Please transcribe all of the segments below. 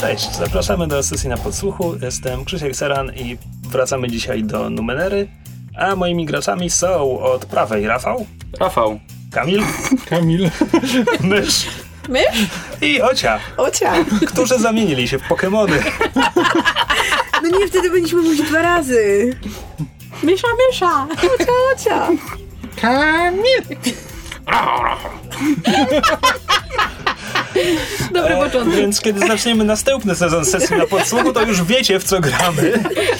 Cześć, zapraszamy do sesji na podsłuchu. Jestem Krzysiek Seran i wracamy dzisiaj do Numenery, a moimi graczami są od prawej Rafał. Kamil. Mysz. I Ocia. Którzy zamienili się w Pokemony. No nie, wtedy będziemy mówić 2 razy. Mysza. Ocia. Kamil. Dobry początek. Więc kiedy zaczniemy następny sezon sesji na podsłuchu, to już wiecie, w co gramy.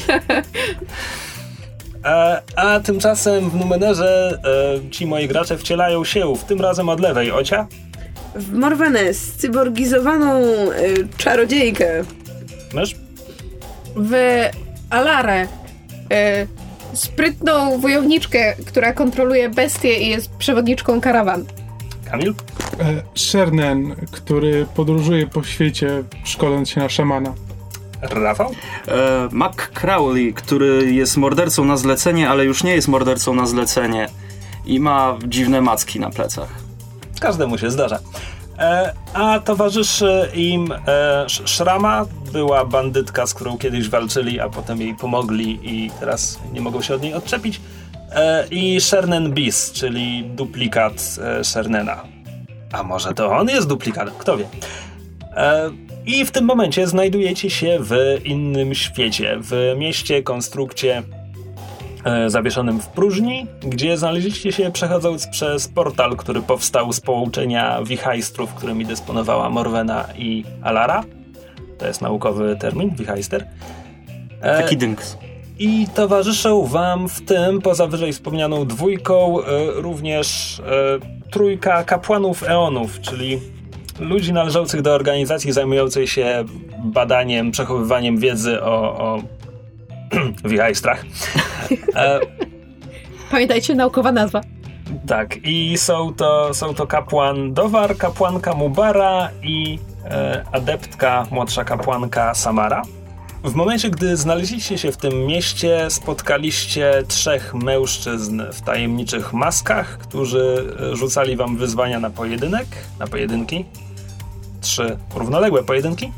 A tymczasem w Numenerze ci moi gracze wcielają się, w tym razem od lewej Ocia. W Morwenę, cyborgizowaną czarodziejkę. Mysz? W Alarę, sprytną wojowniczkę, która kontroluje bestie i jest przewodniczką karawan. Kamil? Shernen, który podróżuje po świecie, szkoląc się na szamana. Rafał? Mac Crowley, który jest mordercą na zlecenie, ale już nie jest mordercą na zlecenie i ma dziwne macki na plecach. Każdemu się zdarza. A towarzyszy im Szrama, była bandytka, z którą kiedyś walczyli, a potem jej pomogli i teraz nie mogą się od niej odczepić. I Shernen Bis, czyli duplikat Shernena. A może to on jest duplikat? Kto wie. I w tym momencie znajdujecie się w innym świecie. W mieście, konstrukcie zawieszonym w próżni, gdzie znaleźliście się przechodząc przez portal, który powstał z połączenia wichajstrów, którymi dysponowała Morwena i Alara. To jest naukowy termin, wichajster. Taki dynks. I towarzyszą wam w tym, poza wyżej wspomnianą 2, również 3 kapłanów eonów, czyli ludzi należących do organizacji zajmującej się badaniem, przechowywaniem wiedzy o wichajstrach. Pamiętajcie, naukowa nazwa. Tak, i są to kapłan Dowar, kapłanka Mubara i adeptka, młodsza kapłanka Samara. W momencie, gdy znaleźliście się w tym mieście, spotkaliście 3 mężczyzn w tajemniczych maskach, którzy rzucali wam wyzwania na pojedynki. 3 równoległe pojedynki.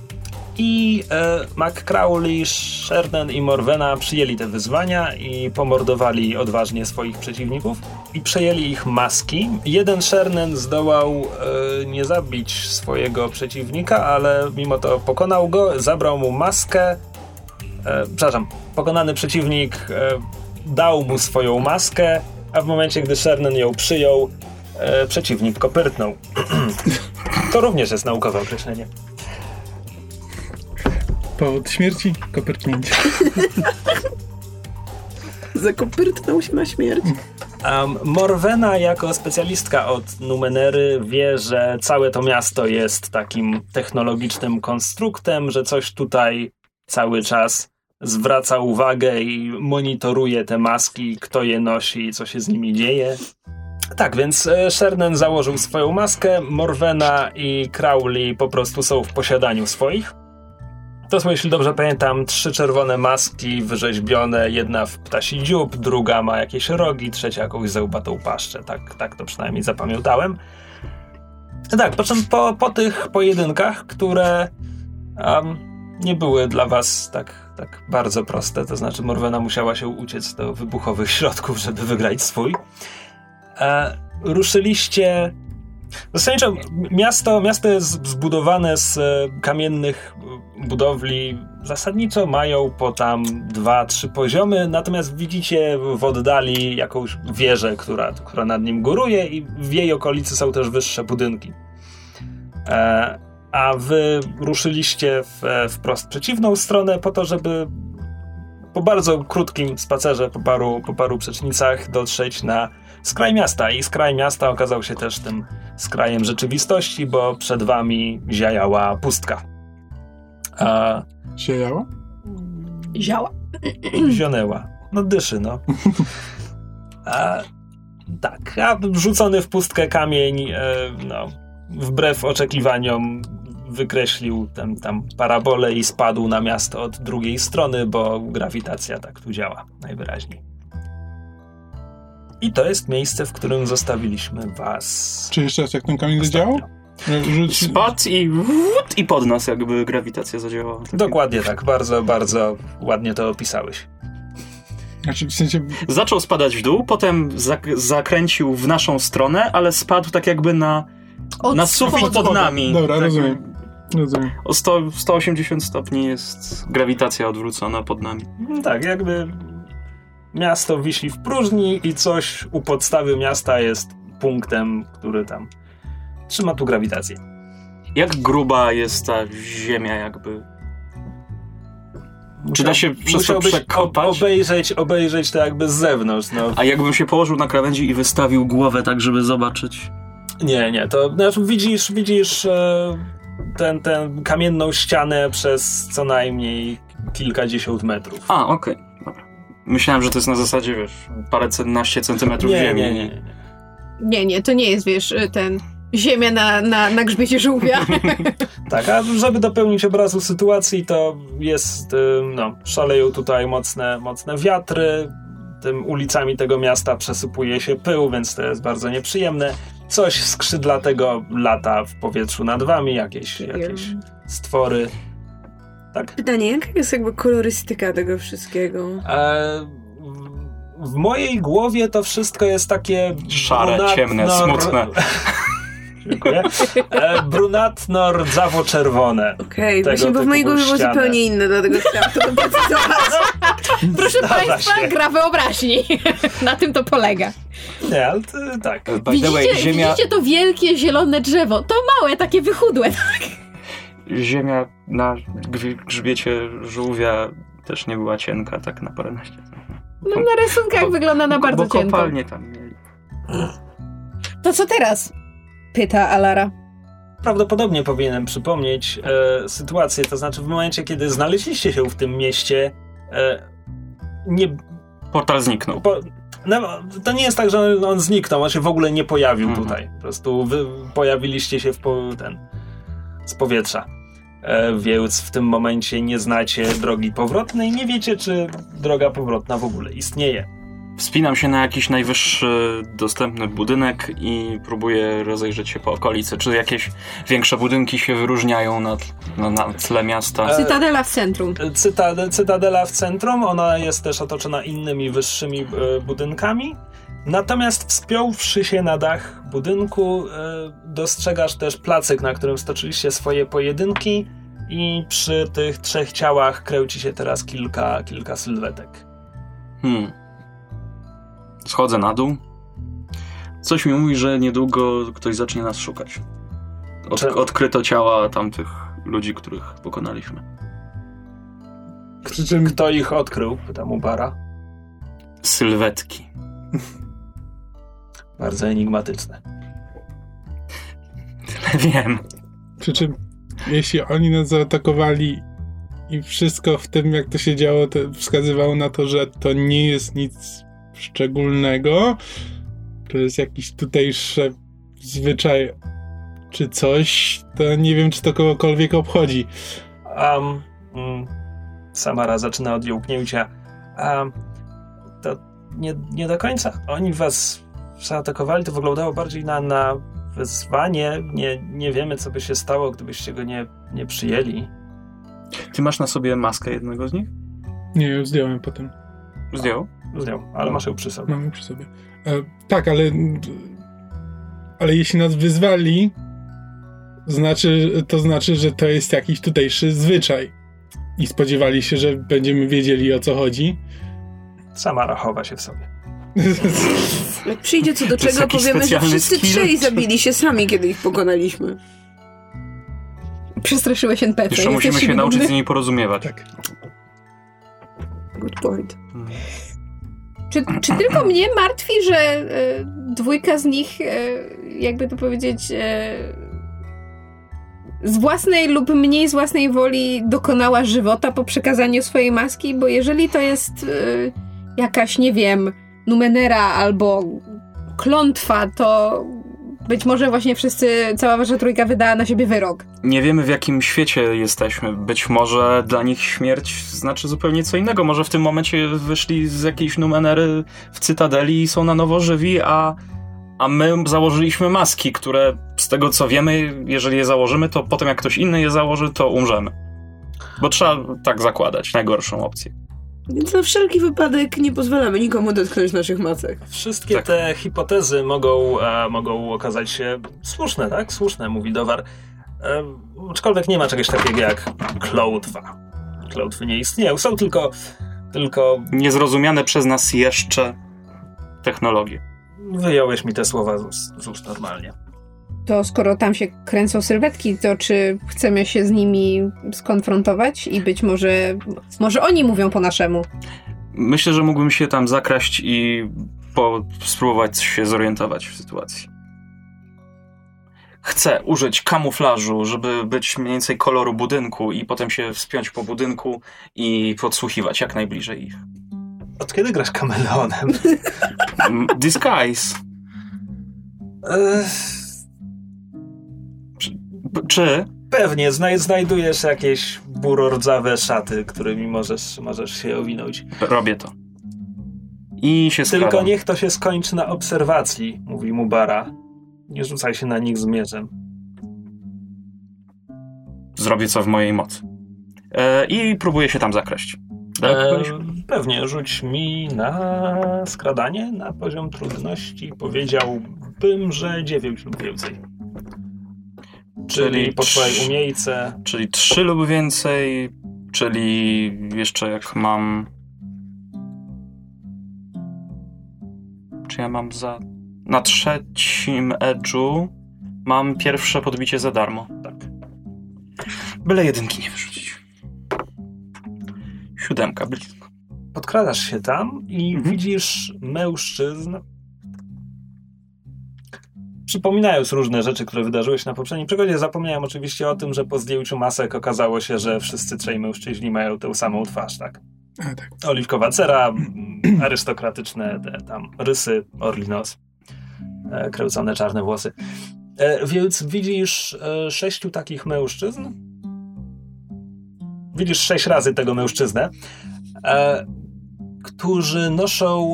I Mac Crowley, Shernen i Morwena przyjęli te wyzwania i pomordowali odważnie swoich przeciwników i przejęli ich maski. Jeden Shernen zdołał nie zabić swojego przeciwnika, ale mimo to pokonał go, zabrał mu maskę. Pokonany przeciwnik dał mu swoją maskę, a w momencie, gdy Shernen ją przyjął, przeciwnik kopyrtnął. To również jest naukowe określenie. Powód śmierci? Kopyrtnięcie. Zakopyrtnął się na śmierć. Morwena jako specjalistka od Numenery wie, że całe to miasto jest takim technologicznym konstruktem, że coś tutaj cały czas zwraca uwagę i monitoruje te maski, kto je nosi i co się z nimi dzieje. Tak, więc Shernen założył swoją maskę, Morwena i Crowley po prostu są w posiadaniu swoich. To są, jeśli dobrze pamiętam, 3 czerwone maski wyrzeźbione, jedna w ptasi dziób, druga ma jakieś rogi, trzecia jakąś zębatą paszczę. Tak to przynajmniej zapamiętałem. Tak, po czym po tych pojedynkach, które nie były dla was tak bardzo proste, to znaczy Morwena musiała się uciec do wybuchowych środków, żeby wygrać swój, ruszyliście. Zasadniczo miasto jest zbudowane z kamiennych budowli. Zasadniczo mają po tam 2-3 poziomy, natomiast widzicie w oddali jakąś wieżę, która nad nim góruje i w jej okolicy są też wyższe budynki. A wy ruszyliście wprost przeciwną stronę po to, żeby po bardzo krótkim spacerze, po paru przecznicach dotrzeć na skraj miasta. I skraj miasta okazał się też tym skrajem rzeczywistości, bo przed wami ziajała pustka. Ziajała? Ziała. Zionęła. No dyszy, no. Tak, a rzucony w pustkę kamień, wbrew oczekiwaniom wykreślił tam parabolę i spadł na miasto od drugiej strony, bo grawitacja tak tu działa najwyraźniej. I to jest miejsce, w którym zostawiliśmy was. Czy jeszcze raz, jak ten kamień zadziałał? Spadł i pod nas jakby grawitacja zadziałała. Dokładnie tak, bardzo, bardzo ładnie to opisałeś. Znaczy, w sensie... Zaczął spadać w dół, potem zakręcił w naszą stronę, ale spadł tak jakby na sufit pod nami. Dobra, tak, rozumiem. O 180 stopni jest grawitacja odwrócona pod nami. Tak, jakby miasto wisi w próżni i coś u podstawy miasta jest punktem, który tam trzyma tu grawitację. Jak gruba jest ta ziemia jakby? Czy da się przez to przekopać? Obejrzeć to jakby z zewnątrz. No. A jakbym się położył na krawędzi i wystawił głowę tak, żeby zobaczyć? Nie, to znaczy widzisz tę kamienną ścianę przez co najmniej kilkadziesiąt metrów. A, okej. Dobra. Myślałem, że to jest na zasadzie, wiesz, paręnaście centymetrów ziemi. Nie, to nie jest, wiesz, ziemia na grzbiecie żółwia. Tak, a żeby dopełnić obrazu sytuacji, to jest, szaleją tutaj mocne wiatry, tym ulicami tego miasta przesypuje się pył, więc to jest bardzo nieprzyjemne. Coś skrzydlatego lata w powietrzu nad wami, jakieś stwory. Tak? Pytanie, jaka jest jakby kolorystyka tego wszystkiego? W mojej głowie to wszystko jest takie szare, ciemne, smutne. Dziękuję. Brunatno-rdzawo-czerwone. Okej, właśnie, bo w mojej głowie było zupełnie inne, dlatego chciałam to doprecyzować. Proszę Państwa, gra wyobraźni. Na tym to polega. Nie, ale tak. Widzicie to wielkie, zielone drzewo? To małe, takie wychudłe. Tak? Ziemia na grzbiecie żółwia też nie była cienka, tak na paręnaście. No na rysunkach wygląda na bardzo cienko. Bo kopalnie tam mieli. To co teraz? Pyta Alara. Prawdopodobnie powinienem przypomnieć sytuację, to znaczy w momencie, kiedy znaleźliście się w tym mieście, portal zniknął. To nie jest tak, że on zniknął, on się w ogóle nie pojawił tutaj. Po prostu wy pojawiliście się z powietrza. Więc w tym momencie nie znacie drogi powrotnej, nie wiecie, czy droga powrotna w ogóle istnieje. Wspinam się na jakiś najwyższy dostępny budynek i próbuję rozejrzeć się po okolicy. Czy jakieś większe budynki się wyróżniają na tle miasta? Cytadela w centrum. Cytadela w centrum, ona jest też otoczona innymi wyższymi budynkami. Natomiast wspiąwszy się na dach budynku, dostrzegasz też placyk, na którym stoczyliście swoje pojedynki i przy tych 3 ciałach kręci się teraz kilka sylwetek. Schodzę na dół. Coś mi mówi, że niedługo ktoś zacznie nas szukać. Odkryto ciała tamtych ludzi, których pokonaliśmy. Kto ich odkrył? Pytam Ubara. Sylwetki. Bardzo enigmatyczne. Tyle wiem. Przy czym, jeśli oni nas zaatakowali i wszystko w tym, jak to się działo, to wskazywało na to, że to nie jest nic szczególnego, to jest jakiś tutejszy zwyczaj czy coś, to nie wiem, czy to kogokolwiek obchodzi. Samara zaczyna od jąknięcia. To nie do końca. Oni was zaatakowali, to wyglądało bardziej na wezwanie. Nie wiemy, co by się stało, gdybyście go nie przyjęli. Ty masz na sobie maskę jednego z nich? Nie, ją zdjąłem potem. Zdjął? Zdjął, ale masz ją przy sobie. Mam ją przy sobie. Tak, ale jeśli nas wyzwali, to znaczy, że to jest jakiś tutejszy zwyczaj. I spodziewali się, że będziemy wiedzieli, o co chodzi. Samara chowa się w sobie. Jak przyjdzie co do czego, powiemy, że wszyscy 3 zabili się sami, kiedy ich pokonaliśmy. Przestraszyłeś NPC. Jeszcze musimy się nauczyć z nimi porozumiewać. Tak. Good point. Czy tylko mnie martwi, że 2 z nich, jakby to powiedzieć, z własnej lub mniej z własnej woli dokonała żywota po przekazaniu swojej maski? Bo jeżeli to jest jakaś, nie wiem, numenera albo klątwa, to być może właśnie cała wasza trójka wydała na siebie wyrok. Nie wiemy, w jakim świecie jesteśmy. Być może dla nich śmierć znaczy zupełnie co innego. Może w tym momencie wyszli z jakiejś numenery w Cytadeli i są na nowo żywi, a A my założyliśmy maski, które z tego co wiemy, jeżeli je założymy, to potem jak ktoś inny je założy, to umrzemy. Bo trzeba tak zakładać, najgorszą opcję. Więc na wszelki wypadek nie pozwalamy nikomu dotknąć naszych masek. Wszystkie te hipotezy mogą okazać się słuszne, tak? Słuszne, mówi Dowar. Aczkolwiek nie ma czegoś takiego jak klątwa. Klątwy nie istnieją, są tylko niezrozumiane przez nas jeszcze technologie. Wyjąłeś mi te słowa z ust normalnie. To skoro tam się kręcą sylwetki, to czy chcemy się z nimi skonfrontować i być może oni mówią po naszemu? Myślę, że mógłbym się tam zakraść i spróbować się zorientować w sytuacji. Chcę użyć kamuflażu, żeby być mniej więcej koloru budynku i potem się wspiąć po budynku i podsłuchiwać jak najbliżej ich. Od kiedy grasz kameleonem? Disguise. Czy? Pewnie, znajdujesz jakieś burordzawe szaty, którymi możesz się owinąć. Robię to. I się skradam. Tylko niech to się skończy na obserwacji, mówi Mubara. Nie rzucaj się na nich z mieczem. Zrobię co w mojej mocy. I próbuję się tam zakraść. Pewnie, rzuć mi na skradanie, na poziom trudności. Powiedziałbym, że 9 lub więcej. Czyli po twojej umiejce. Czyli 3 lub więcej, czyli jeszcze jak mam... Czy ja mam na 3. edge'u mam pierwsze podbicie za darmo. Tak. Byle jedynki nie wyrzucić. 7, blisko. Podkradasz się tam i widzisz mężczyzn. Przypominając różne rzeczy, które wydarzyły się na poprzedniej przygodzie, zapomniałem oczywiście o tym, że po zdjęciu masek okazało się, że wszyscy trzej mężczyźni mają tę samą twarz, tak? Tak. Oliwkowa cera, arystokratyczne tam rysy, orli nos, kręcone czarne włosy. Więc widzisz 6 takich mężczyzn. Widzisz 6 razy tego mężczyznę, którzy noszą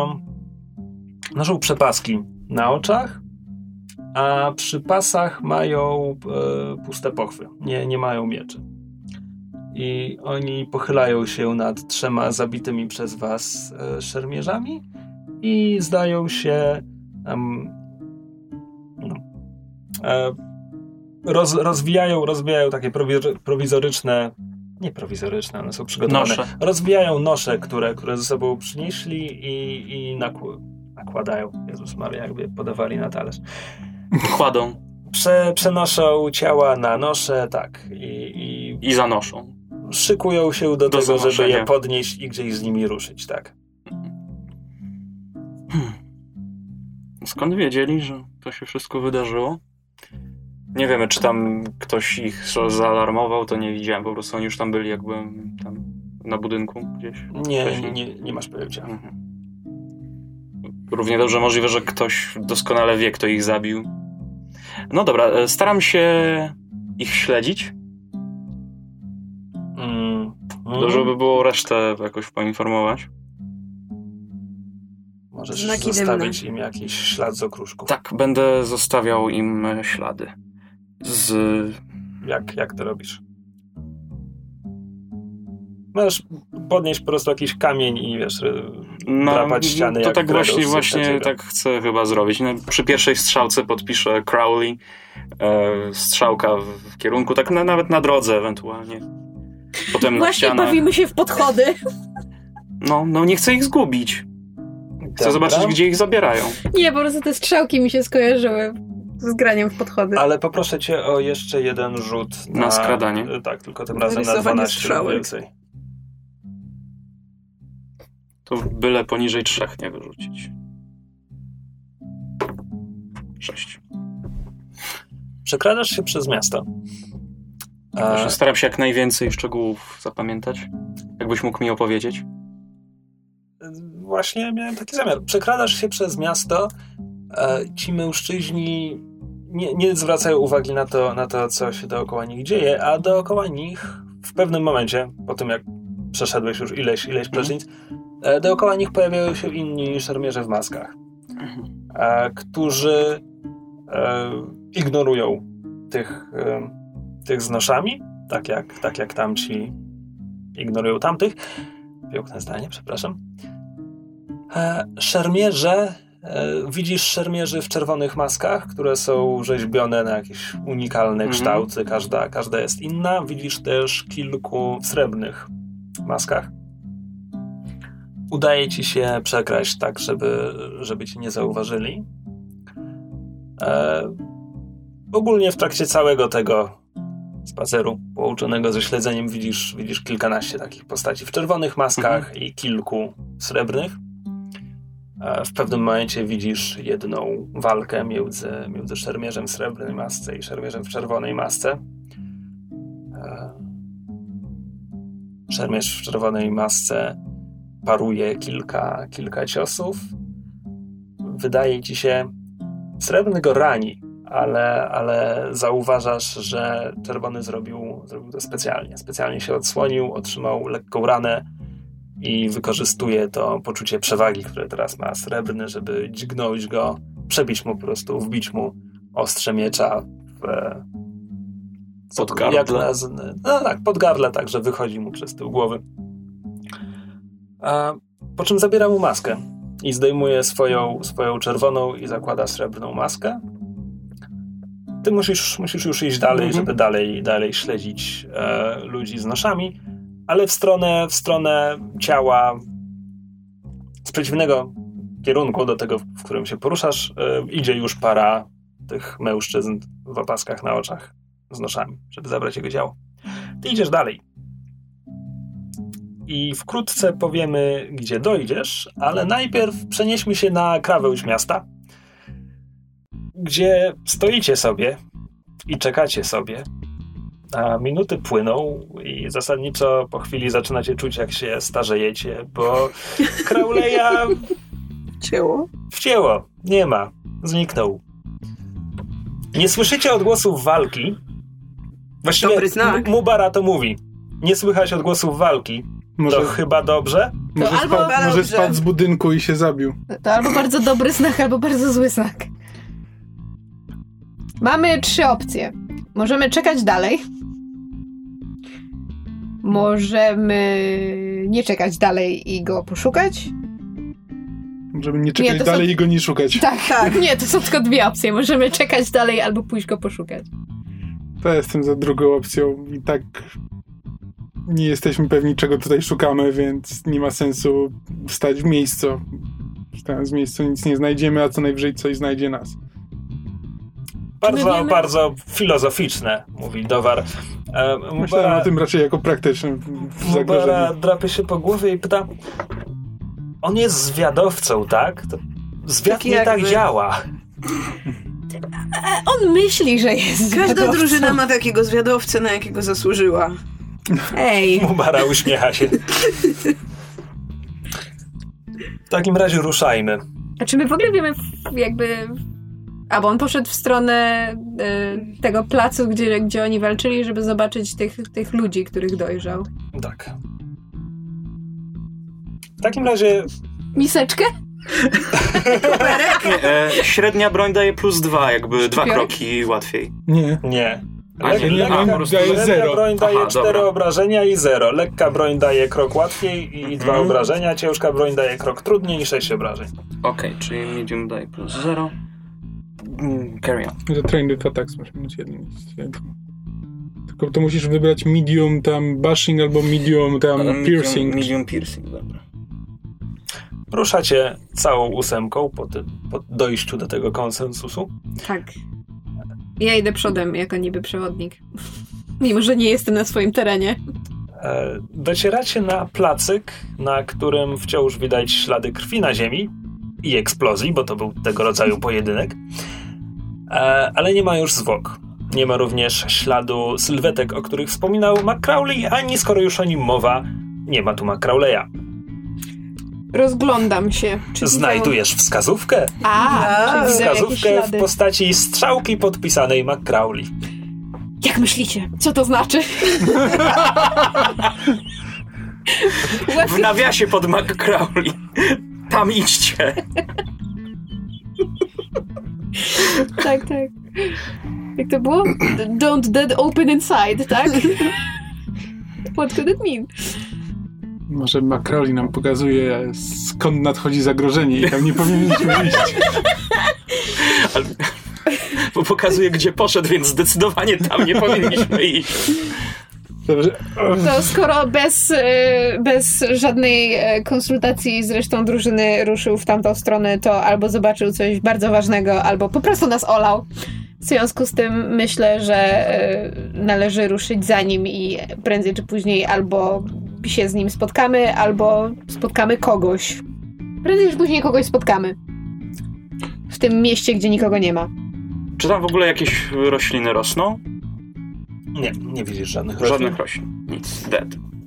przepaski na oczach, a przy pasach mają puste pochwy. Nie mają mieczy. I oni pochylają się nad 3 zabitymi przez was szermierzami i zdają się rozwijają takie prowizoryczne, nie prowizoryczne, one są przygotowane. Nosze. Rozwijają nosze, które ze sobą przynieśli i nakładają. Jezus Maria, jakby podawali na talerz. Kładą. Przenoszą ciała na nosze, tak. I zanoszą. Szykują się do tego, zanoszenia. żeby je podnieść i gdzieś z nimi ruszyć, tak. Skąd wiedzieli, że to się wszystko wydarzyło? Nie wiemy, czy tam ktoś ich zaalarmował, to nie widziałem. Po prostu oni już tam byli, jak byłem tam na budynku gdzieś. Nie masz pojęcia. Równie dobrze możliwe, że ktoś doskonale wie, kto ich zabił. No dobra, staram się ich śledzić. Dobrze by było resztę jakoś poinformować. Możesz zostawić im jakiś ślad z okruszków. Tak, będę zostawiał im ślady. Jak to robisz? Możesz podnieść po prostu jakiś kamień i drapać ściany. To jak tak właśnie tak chcę chyba zrobić. Przy pierwszej strzałce podpiszę Crowley. Strzałka w kierunku, tak nawet na drodze ewentualnie. Potem właśnie na ścianach. bawimy się w podchody. No nie chcę ich zgubić. Chcę zobaczyć, gdzie ich zabierają. Nie, po prostu te strzałki mi się skojarzyły z graniem w podchody. Ale poproszę cię o jeszcze jeden rzut na skradanie. Tak, tylko tym razem na 12 lub więcej. To byle poniżej 3 nie wyrzucić. 6. Przekradasz się przez miasto. Staram się jak najwięcej szczegółów zapamiętać. Jakbyś mógł mi opowiedzieć? Właśnie miałem taki zamiar. Przekradasz się przez miasto. Ci mężczyźni nie zwracają uwagi na to, co się dookoła nich dzieje, a dookoła nich w pewnym momencie, po tym jak przeszedłeś już ileś przecznic, dookoła nich pojawiają się inni szermierze w maskach. którzy ignorują tych z noszami, tak jak tamci ignorują tamtych. Piękne zdanie, przepraszam. Szermierze, widzisz szermierzy w czerwonych maskach, które są rzeźbione na jakieś unikalne kształty, każda jest inna. Widzisz też kilku w srebrnych maskach. Udaje ci się przekraść tak, żeby ci nie zauważyli. Ogólnie w trakcie całego tego spaceru połączonego ze śledzeniem widzisz kilkanaście takich postaci w czerwonych maskach i kilku srebrnych. W pewnym momencie widzisz jedną walkę między szermierzem w srebrnej masce i szermierzem w czerwonej masce. Szermierz w czerwonej masce paruje kilka ciosów. Wydaje ci się, srebrny go rani, ale zauważasz, że czerwony zrobił to specjalnie. Specjalnie się odsłonił, otrzymał lekką ranę i wykorzystuje to poczucie przewagi, które teraz ma srebrny, żeby dźgnąć go, przebić mu po prostu, wbić mu ostrze miecza pod gardle. Pod gardle, tak, że wychodzi mu przez tył głowy. Po czym zabiera mu maskę i zdejmuje swoją czerwoną i zakłada srebrną maskę. Ty musisz już iść dalej, żeby dalej śledzić ludzi z noszami, ale w stronę ciała z przeciwnego kierunku do tego, w którym się poruszasz, idzie już para tych mężczyzn w opaskach na oczach z noszami, żeby zabrać jego ciało. Ty idziesz dalej. I wkrótce powiemy, gdzie dojdziesz, ale najpierw przenieśmy się na krawędź miasta, gdzie stoicie sobie i czekacie sobie, a minuty płyną i zasadniczo po chwili zaczynacie czuć, jak się starzejecie, bo Crowley'a wcięło. Nie ma. Zniknął. Nie słyszycie odgłosów walki. Właściwie dobry znak. Mubara to mówi. Nie słychać odgłosów walki. To chyba dobrze? Może spadł z budynku i się zabił. To albo bardzo dobry znak, albo bardzo zły znak. Mamy 3 opcje. Możemy czekać dalej. Możemy nie czekać dalej i go poszukać. Możemy nie czekać dalej i go nie szukać. Tak. Nie, to są tylko 2 opcje. Możemy czekać dalej albo pójść go poszukać. To jestem za drugą opcją i tak nie jesteśmy pewni, czego tutaj szukamy, więc nie ma sensu stać w miejscu. Stając w miejscu nic nie znajdziemy, a co najwyżej coś znajdzie nas. Bardzo filozoficzne, mówi Dowar. Myślałem o tym raczej jako praktycznym zagrożeniu. Mubara drapie się po głowie i pyta: on jest zwiadowcą, tak? To zwiad nie tak działa. On myśli, że jest zwiadowcą. Każda drużyna ma takiego zwiadowcę, na jakiego zasłużyła. Ej. Mubara uśmiecha się. W takim razie ruszajmy. A czy my w ogóle wiemy bo on poszedł w stronę tego placu, gdzie oni walczyli, żeby zobaczyć tych ludzi, których dojrzał. Tak. W takim razie... Miseczkę? Średnia broń daje +2, jakby 2 kroki łatwiej. Nie. Lekka broń daje 4 obrażenia i 0. Lekka broń daje krok łatwiej i 2 obrażenia. Ciężka broń daje krok trudniej i 6 obrażeń. Okej, czyli medium daje +0. Carry on. Za trained attacks masz -1. Tylko to musisz wybrać medium tam bashing albo medium tam piercing. Medium piercing, dobra. Ruszacie całą 8 po dojściu do tego konsensusu. Tak. Ja idę przodem jako niby przewodnik. Mimo, że nie jestem na swoim terenie. Docieracie na placyk, na którym wciąż widać ślady krwi na ziemi i eksplozji, bo to był tego rodzaju pojedynek. Ale nie ma już zwłok. Nie ma również śladu sylwetek, o których wspominał McCrowley, ani skoro już o nim mowa, nie ma tu McCrowleya. Rozglądam się. Znajdujesz wskazówkę? Czy wskazówkę w postaci strzałki podpisanej McCrowley. Jak myślicie? Co to znaczy? W nawiasie pod McCrowley. Tam idźcie. Tak. Jak to było? Don't dead open inside, tak? What could it mean? Może Macaulay nam pokazuje, skąd nadchodzi zagrożenie i tam nie powinniśmy iść. Bo pokazuje, gdzie poszedł, więc zdecydowanie tam nie powinniśmy iść. Dobrze. To skoro bez żadnej konsultacji z resztą drużyny ruszył w tamtą stronę, to albo zobaczył coś bardzo ważnego, albo po prostu nas olał. W związku z tym myślę, że należy ruszyć za nim i prędzej czy później albo się z nim spotkamy, albo spotkamy kogoś. Prędzej czy później kogoś spotkamy. W tym mieście, gdzie nikogo nie ma. Czy tam w ogóle jakieś rośliny rosną? Nie widzisz żadnych roślin. Żadnych roślin. Nic. Dead.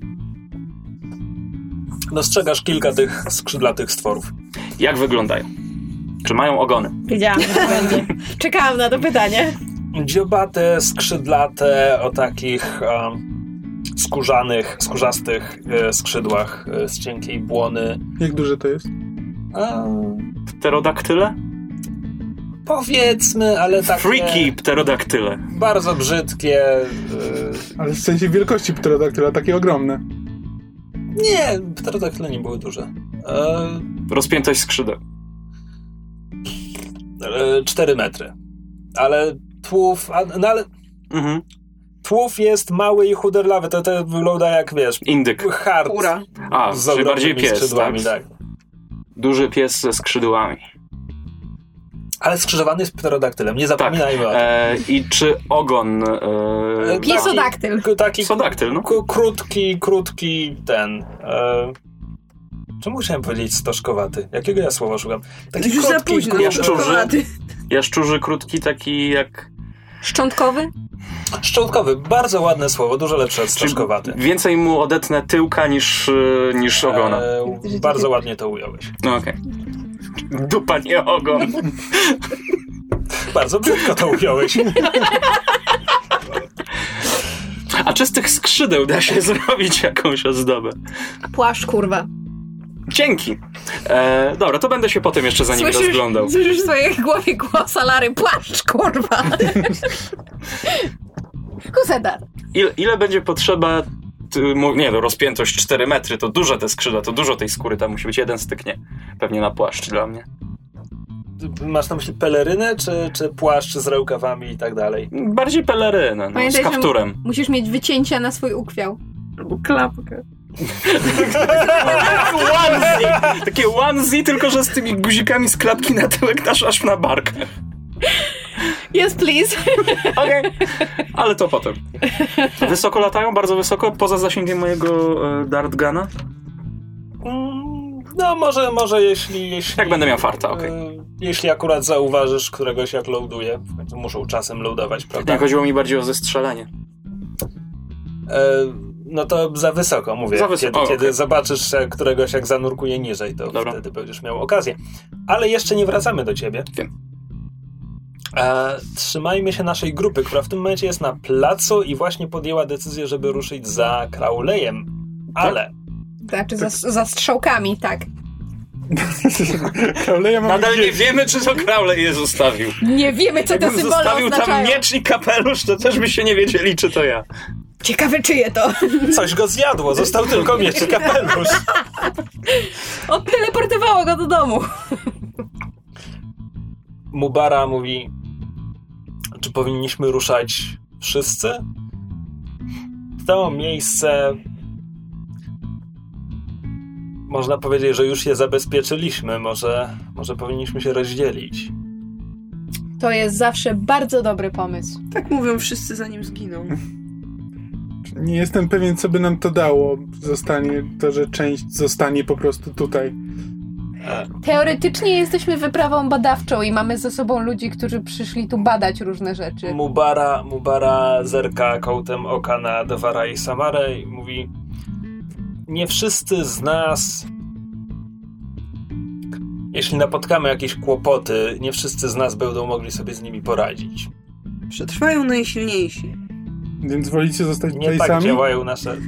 Dostrzegasz kilka tych skrzydlatych stworów. Jak wyglądają? Czy mają ogony? Wiedziałam, że to będzie. Czekałam na to pytanie. Dziobate, skrzydlate, o takich skórzastych skrzydłach z cienkiej błony. Jak duże to jest? Pterodaktyle? Powiedzmy, ale takie... Freaky pterodaktyle. Bardzo brzydkie. Ale w sensie wielkości pterodaktyla, takie ogromne. Nie, pterodaktyle nie były duże. Rozpiętość skrzydeł. 4 metry. Ale tłów... Mhm. Tłów jest mały i chuderlawy. To wygląda jak, wiesz... Indyk. Hard. Kura. Czyli bardziej pies, skrzydłami, tak? Duży pies ze skrzydłami. Ale skrzyżowany jest pterodaktylem. Nie zapominajmy o tym. I czy ogon... Piesodaktyl. Taki Piesodaktyl, no. Krótki ten... Czemu chciałem powiedzieć stożkowaty? Jakiego ja słowa szukam? Taki już za późno. Jaszczurzy krótki, taki jak... Szczątkowy? Szczątkowy. Bardzo ładne słowo. Dużo lepsze od stożkowaty. Więcej mu odetnę tyłka niż ogona. Bardzo ładnie to ująłeś. No okej. Dupa, nie ogon. Bardzo brzydko to ująłeś. A czy z tych skrzydeł da się zrobić jakąś ozdobę? Płaszcz, kurwa. Dzięki. Dobra, to będę się potem jeszcze za nim rozglądał. Słyszysz w swojej głowie głos Alary. Płaszcz, kurwa. Kuseda. Ile będzie potrzeba... rozpiętość 4 metry, to duże te skrzydła, to dużo tej skóry, tam musi być jeden styk, nie? Pewnie na płaszcz dla mnie. Masz na myśli pelerynę, czy płaszcz z rękawami i tak dalej? Bardziej pelerynę, Pamiętaj, z kapturem. Musisz mieć wycięcia na swój ukwiał. Albo klapkę. Onesie! Takie onesie, tylko że z tymi guzikami z klapki na tyłek aż na bark. Yes, please. Okej. Ale to potem. Wysoko latają? Bardzo wysoko? Poza zasięgiem mojego dartguna? No może jeśli... Jak będę miał farta, okej. Jeśli akurat zauważysz któregoś jak loaduje, w końcu muszą czasem loadować, prawda? Nie, chodziło mi bardziej o zestrzelenie. No to za wysoko, mówię. Za wysoko. Kiedy zobaczysz któregoś jak zanurkuje niżej, to Dobra. Wtedy będziesz miał okazję. Ale jeszcze nie wracamy do ciebie. Wiem. Trzymajmy się naszej grupy, która w tym momencie jest na placu i właśnie podjęła decyzję, żeby ruszyć za Crowleyem. Ale... Znaczy za strzałkami, tak. Nadal nie wiemy, czy to Crowley je zostawił. Nie wiemy, co te symbole zostawił oznaczają. Tam miecz i kapelusz, to też byście nie wiedzieli, czy to ja. Ciekawe, czyje to. Coś go zjadło, został tylko miecz i kapelusz. Odteleportowało go do domu. Mubara mówi, czy powinniśmy ruszać wszyscy? To miejsce... Można powiedzieć, że już je zabezpieczyliśmy. Może powinniśmy się rozdzielić. To jest zawsze bardzo dobry pomysł. Tak mówią wszyscy, zanim zginą. Nie jestem pewien, co by nam to dało. Że część zostanie po prostu tutaj. Teoretycznie jesteśmy wyprawą badawczą i mamy ze sobą ludzi, którzy przyszli tu badać różne rzeczy. Mubara zerka kątem oka na Dewara i Samarę i mówi: nie wszyscy z nas, jeśli napotkamy jakieś kłopoty, nie wszyscy z nas będą mogli sobie z nimi poradzić. Przetrwają najsilniejsi. Więc wolicie zostać nie tutaj tak sami? Działają nasze...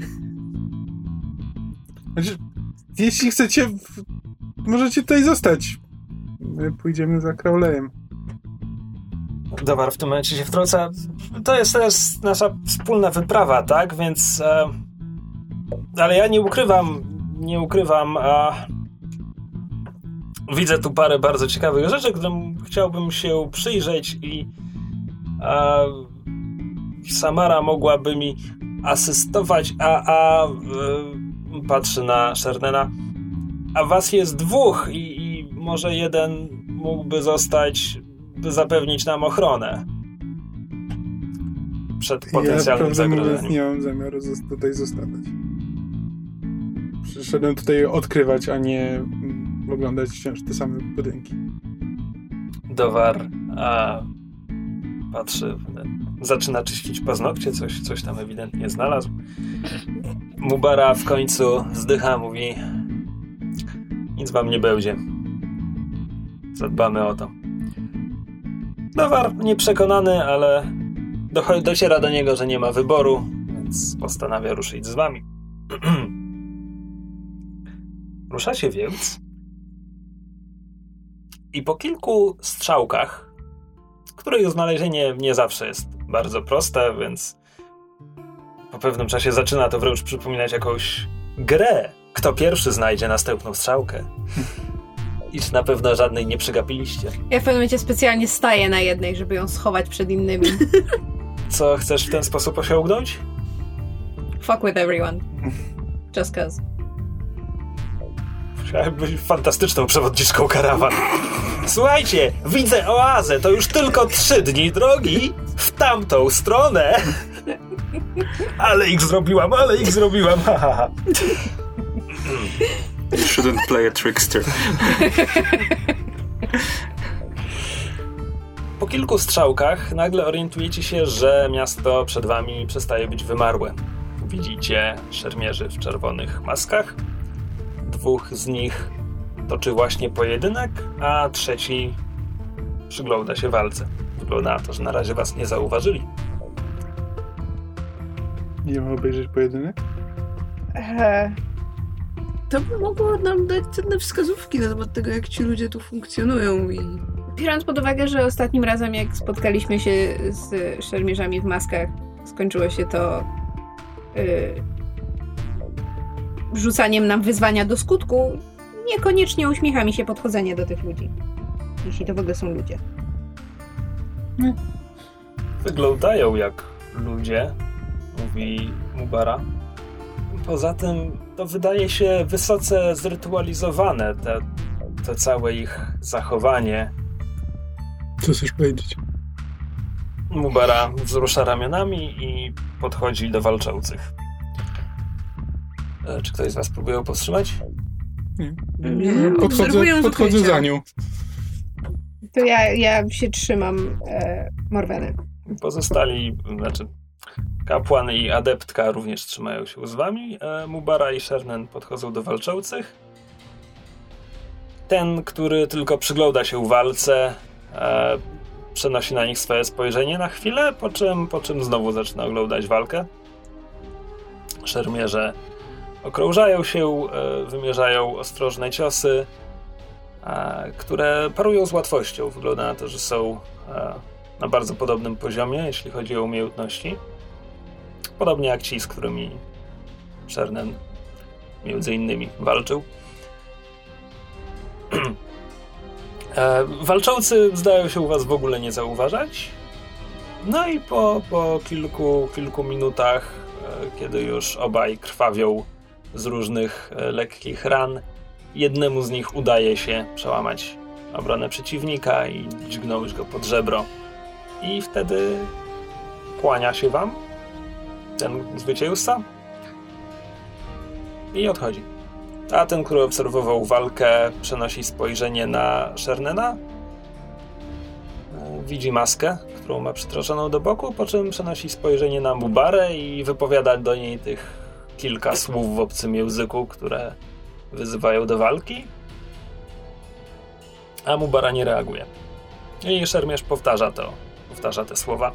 Znaczy, jeśli chcecie, możecie tutaj zostać. My pójdziemy za Crowleyem. Dowar w tym momencie się wtrąca. To jest nasza wspólna wyprawa, tak? Więc... ale ja nie ukrywam, widzę tu parę bardzo ciekawych rzeczy, którym chciałbym się przyjrzeć i Samara mogłaby mi asystować, patrzy na Shernena, a was jest 2 i może jeden mógłby zostać, by zapewnić nam ochronę przed potencjalnym zagrożeniem. Nie mam zamiaru tutaj zostawać. Przyszedłem tutaj odkrywać, a nie oglądać wciąż te same budynki. Dowar patrzy, zaczyna czyścić paznokcie, coś tam ewidentnie znalazł. Mubara w końcu wzdycha, mówi: nic wam nie będzie. Zadbamy o to. Dowar nieprzekonany, ale dociera do niego, że nie ma wyboru, więc postanawia ruszyć z wami. Ruszacie więc i po kilku strzałkach, których znalezienie nie zawsze jest bardzo proste, więc po pewnym czasie zaczyna to wręcz przypominać jakąś grę. Kto pierwszy znajdzie następną strzałkę? Iż na pewno żadnej nie przegapiliście. Ja w pewnym momencie specjalnie staję na jednej, żeby ją schować przed innymi. Co chcesz w ten sposób osiągnąć? Fuck with everyone. Just cause. Chciałem być fantastyczną przewodniczką karawan. Słuchajcie, widzę oazę, to już tylko 3 dni drogi w tamtą stronę. Ale ich zrobiłam, haha. You shouldn't play a trickster. Po kilku strzałkach nagle orientujecie się, że miasto przed wami przestaje być wymarłe. Widzicie szermierzy w czerwonych maskach. 2 z nich toczy właśnie pojedynek, a 3 przygląda się walce. Wygląda na to, że na razie was nie zauważyli. Idziemy obejrzeć pojedynek? To by mogło nam dać cenne wskazówki na temat tego, jak ci ludzie tu funkcjonują i... Biorąc pod uwagę, że ostatnim razem, jak spotkaliśmy się z szermierzami w maskach, skończyło się to rzucaniem nam wyzwania do skutku, niekoniecznie uśmiecha mi się podchodzenie do tych ludzi. Jeśli to w ogóle są ludzie. Wyglądają jak ludzie, mówi Mubara. Poza tym to wydaje się wysoce zrytualizowane, to całe ich zachowanie. Co chcesz powiedzieć? Mubara wzrusza ramionami i podchodzi do walczących. Czy ktoś z was próbuje powstrzymać? Nie. Podchodzę za nią. To ja się trzymam Morweny. Pozostali, kapłan i adeptka również trzymają się z wami. Mubara i Shernen podchodzą do walczących. Ten, który tylko przygląda się walce, przenosi na nich swoje spojrzenie na chwilę, po czym znowu zaczyna oglądać walkę. Szermierze okrążają się, wymierzają ostrożne ciosy, które parują z łatwością. Wygląda na to, że są na bardzo podobnym poziomie, jeśli chodzi o umiejętności. Podobnie jak ci, z którymi Shernen między innymi walczył. Walczący zdają się u was w ogóle nie zauważać. No i po kilku minutach, kiedy już obaj krwawią z różnych lekkich ran, jednemu z nich udaje się przełamać obronę przeciwnika i dźgnąć go pod żebro. I wtedy kłania się wam ten zwycięzca i odchodzi. A ten, który obserwował walkę, przenosi spojrzenie na Shernena. Widzi maskę, którą ma przytroczoną do boku, po czym przenosi spojrzenie na Mubarę i wypowiada do niej tych kilka słów w obcym języku, które wyzywają do walki. A Mubara nie reaguje. I szermierz powtarza te słowa.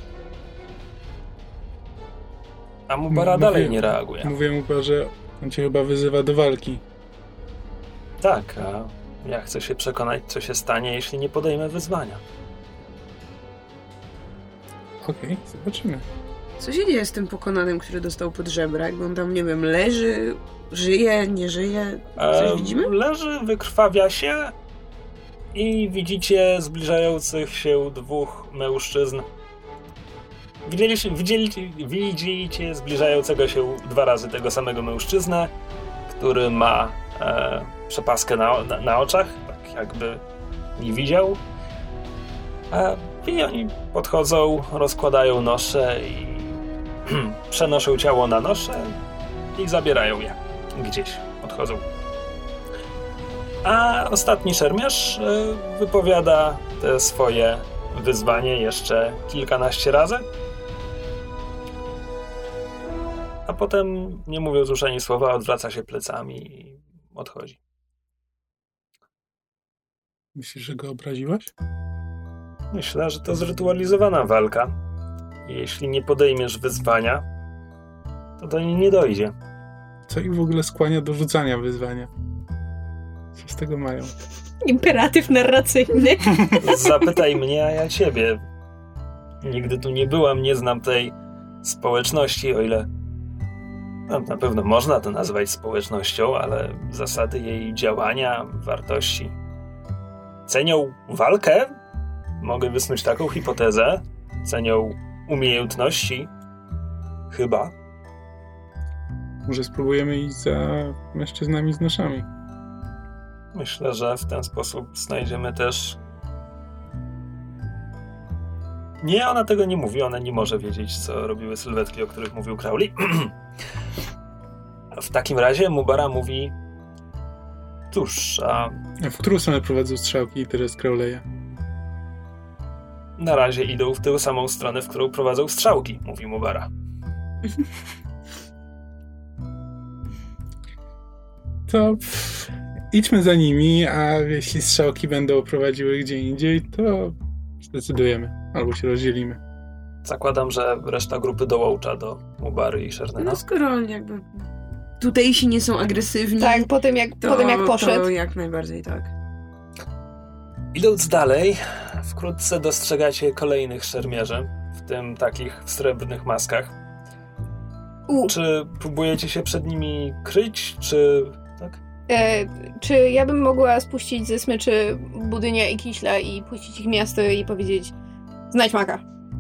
A Mubara dalej nie reaguje. Mówię mu, że on cię chyba wyzywa do walki. Tak, a ja chcę się przekonać, co się stanie, jeśli nie podejmę wyzwania. Okej, zobaczymy. Co się dzieje z tym pokonanym, który dostał pod żebra? Jak on tam, nie wiem, leży, żyje, nie żyje? Coś widzimy? Leży, wykrwawia się i widzicie zbliżających się dwóch mężczyzn. Widzicie zbliżającego się 2 razy tego samego mężczyznę, który ma przepaskę na oczach, tak jakby nie widział. I oni podchodzą, rozkładają nosze i przenoszą ciało na nosze i zabierają je gdzieś, odchodzą. A ostatni szermierz wypowiada te swoje wyzwanie jeszcze kilkanaście razy. A potem, nie mówiąc już ani słowa, odwraca się plecami i odchodzi. Myślisz, że go obraziłaś? Myślę, że to zrytualizowana walka. Jeśli nie podejmiesz wyzwania, to do niej nie dojdzie. Co ich w ogóle skłania do rzucania wyzwania? Co z tego mają? Imperatyw narracyjny. Zapytaj mnie, a ja ciebie. Nigdy tu nie byłam, nie znam tej społeczności, o ile na pewno można to nazwać społecznością, ale zasady jej działania, wartości cenią walkę? Mogę wysnuć taką hipotezę. Cenią umiejętności? Chyba. Może spróbujemy iść za mężczyznami z noszami. Myślę, że w ten sposób znajdziemy też... Nie, ona tego nie mówi. Ona nie może wiedzieć, co robiły sylwetki, o których mówił Crowley. W takim razie Mubara mówi... Cóż, a W którą stronę prowadzą strzałki teraz Crowley'a? na razie idą w tę samą stronę, w którą prowadzą strzałki, mówi Mubara. To idźmy za nimi, a jeśli strzałki będą prowadziły gdzie indziej, to zdecydujemy. Albo się rozdzielimy. Zakładam, że reszta grupy dołącza do Mubary i Shernena. No skoro jakby tutejsi nie są agresywni, Tak, potem jak poszedł. to jak najbardziej tak. Idąc dalej, wkrótce dostrzegacie kolejnych szermierzy, w tym takich w srebrnych maskach. Czy próbujecie się przed nimi kryć, czy... tak? Czy ja bym mogła spuścić ze smyczy Budynia i Kiśla i puścić ich w miasto i powiedzieć: znajdź maka.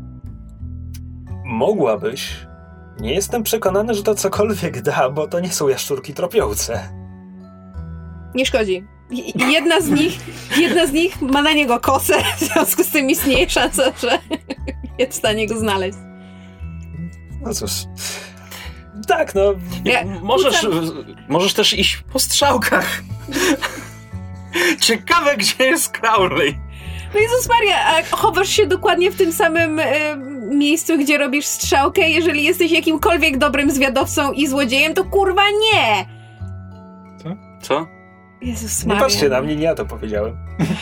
Mogłabyś. Nie jestem przekonany, że to cokolwiek da, bo to nie są jaszczurki tropiące. Nie szkodzi. Jedna z nich ma na niego kosę, w związku z tym istnieje szansa, że jest w stanie go znaleźć. No cóż... Tak, no... Możesz też iść po strzałkach. Ciekawe, gdzie jest Crowley. No Jezus Maria, a chowasz się dokładnie w tym samym miejscu, gdzie robisz strzałkę? Jeżeli jesteś jakimkolwiek dobrym zwiadowcą i złodziejem, to kurwa nie! Co? Jezus Nie Maria. patrzcie na mnie, nie ja to powiedziałem.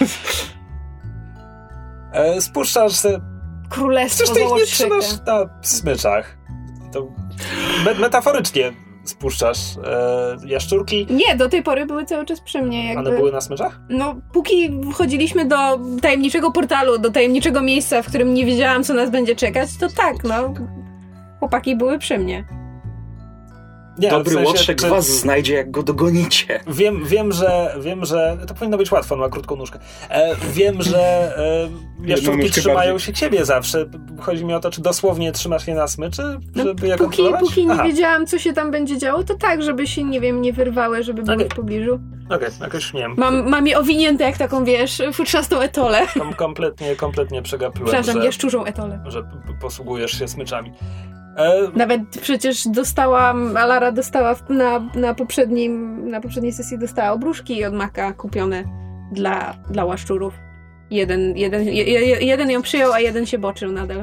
Spuszczasz se... Królestwo Przecież ty ich nie Wołotrzyka. trzymasz na smyczach. To metaforycznie spuszczasz jaszczurki. Nie, do tej pory były cały czas przy mnie. Jakby. One były na smyczach? No, póki wchodziliśmy do tajemniczego portalu, do tajemniczego miejsca, w którym nie wiedziałam, co nas będzie czekać, to tak, no. Chłopaki były przy mnie. Nie, Dobry w sensie, łotrzek was znajdzie, jak go dogonicie. Wiem, że to powinno być łatwo, on ma krótką nóżkę. Wiem, że jaszczurki trzymają się ciebie zawsze. Chodzi mi o to, czy dosłownie trzymasz je na smyczy, żeby je kontrolować? Póki nie wiedziałam, co się tam będzie działo, to tak, żeby się, nie wiem, nie wyrwały, żeby były w pobliżu. Okej, jakoś nie wiem. Mam je owinięte jak taką, wiesz, futrzastą etolę. Kompletnie przegapiłem, Przepraszam, jaszczurzą etolę. że posługujesz się smyczami. Nawet przecież Alara dostała na poprzedniej sesji dostała obruszki od Maka kupione dla łaszczurów. Jeden ją przyjął, a jeden się boczył nadal.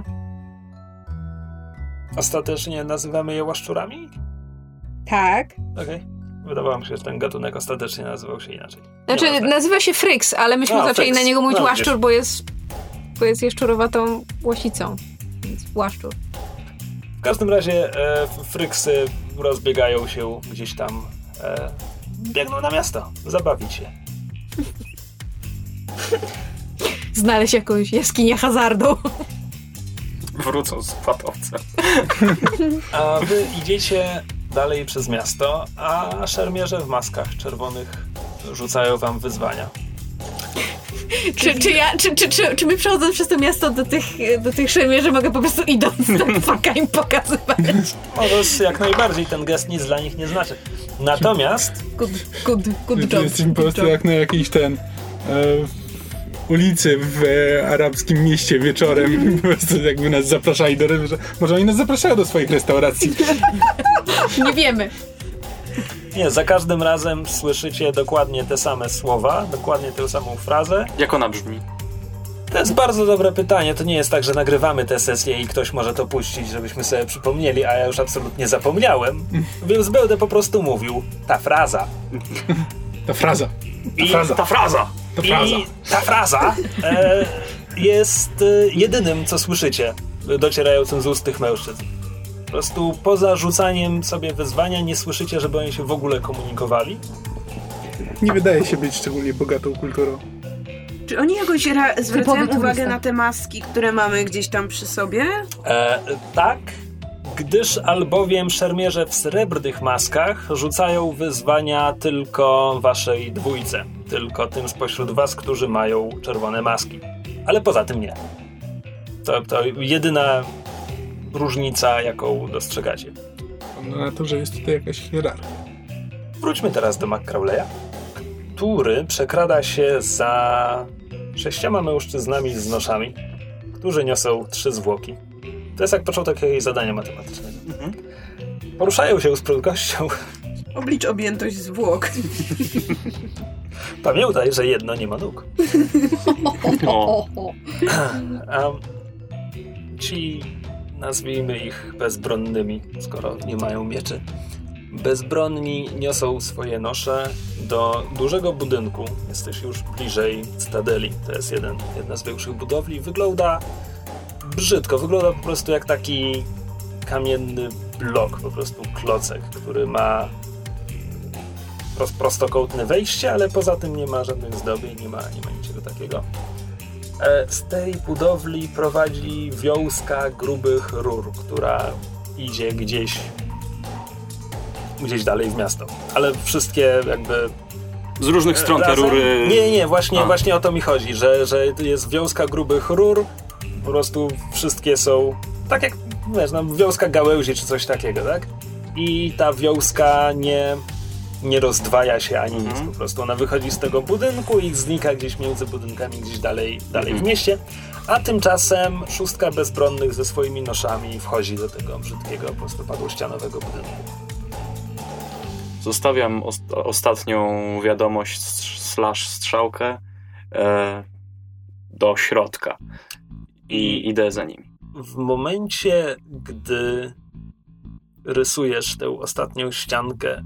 Ostatecznie nazywamy je łaszczurami? Tak. Okej. Wydawało mi się, że ten gatunek ostatecznie nazywał się inaczej. Znaczy, nazywa się Fryks, ale myśmy zaczęli Fryks. na niego mówić No, łaszczur, bo jest jaszczurowatą łosicą. Więc łaszczur. W każdym razie fryksy rozbiegają się gdzieś tam. Biegną na miasto. Zabawić się. Znaleźć jakąś jaskinię hazardu. Wrócą z płatowcem. A wy idziecie dalej przez miasto, a szermierze w maskach czerwonych rzucają wam wyzwania. Czy my przechodząc przez to miasto do tych szermierzy mogę po prostu idąc tak faka im pokazywać? Możesz jak najbardziej, ten gest nic dla nich nie znaczy. Natomiast... Good job. Jesteśmy po prostu jak na jakiejś ulicy w arabskim mieście wieczorem. Po prostu jakby nas zapraszali do ryby, że może oni nas zapraszają do swoich restauracji. Nie wiemy. Nie, za każdym razem słyszycie dokładnie te same słowa, dokładnie tę samą frazę. Jak ona brzmi? To jest bardzo dobre pytanie. To nie jest tak, że nagrywamy tę sesję i ktoś może to puścić, żebyśmy sobie przypomnieli, a ja już absolutnie zapomniałem. Więc będę po prostu mówił ta fraza. Ta fraza. I ta fraza jest jedynym, co słyszycie, docierającym z ust tych mężczyzn. Po prostu poza rzucaniem sobie wyzwania nie słyszycie, żeby oni się w ogóle komunikowali. Nie wydaje się być szczególnie bogatą kulturą. Czy oni jakoś zwracają uwagę na te maski, które mamy gdzieś tam przy sobie? Tak, gdyż albowiem szermierze w srebrnych maskach rzucają wyzwania tylko waszej dwójce. Tylko tym spośród was, którzy mają czerwone maski. Ale poza tym nie. To jedyna różnica, jaką dostrzegacie. No na to, że jest tutaj jakaś hierarchia. Wróćmy teraz do McCrawleya, który przekrada się za 6 mężczyznami z noszami, którzy niosą 3 zwłoki. To jest jak początek jakiegoś zadania matematycznego. Poruszają się z prędkością. Oblicz objętość zwłok. Pamiętaj, że jedno nie ma nóg. Ci, nazwijmy ich bezbronnymi, skoro nie mają mieczy. Bezbronni niosą swoje nosze do dużego budynku. Jesteś już bliżej Stadeli. To jest jedna z większych budowli. Wygląda brzydko. Wygląda po prostu jak taki kamienny blok, po prostu klocek, który ma prostokątne wejście, ale poza tym nie ma żadnych zdobień, nie ma niczego takiego. Z tej budowli prowadzi wiązka grubych rur, która idzie gdzieś dalej w miasto. Ale wszystkie jakby... Z różnych stron te rury... Nie, właśnie o to mi chodzi, że jest wiązka grubych rur, po prostu wszystkie są tak jak, wiesz, wiązka gałęzi czy coś takiego, tak? I ta wiązka nie rozdwaja się ani nic, po prostu ona wychodzi z tego budynku i znika gdzieś między budynkami, gdzieś dalej w mieście, a tymczasem 6 bezbronnych ze swoimi noszami wchodzi do tego brzydkiego, prostopadłościanowego budynku. Zostawiam ostatnią wiadomość / strzałkę do środka i idę za nimi. W momencie, gdy rysujesz tę ostatnią strzałkę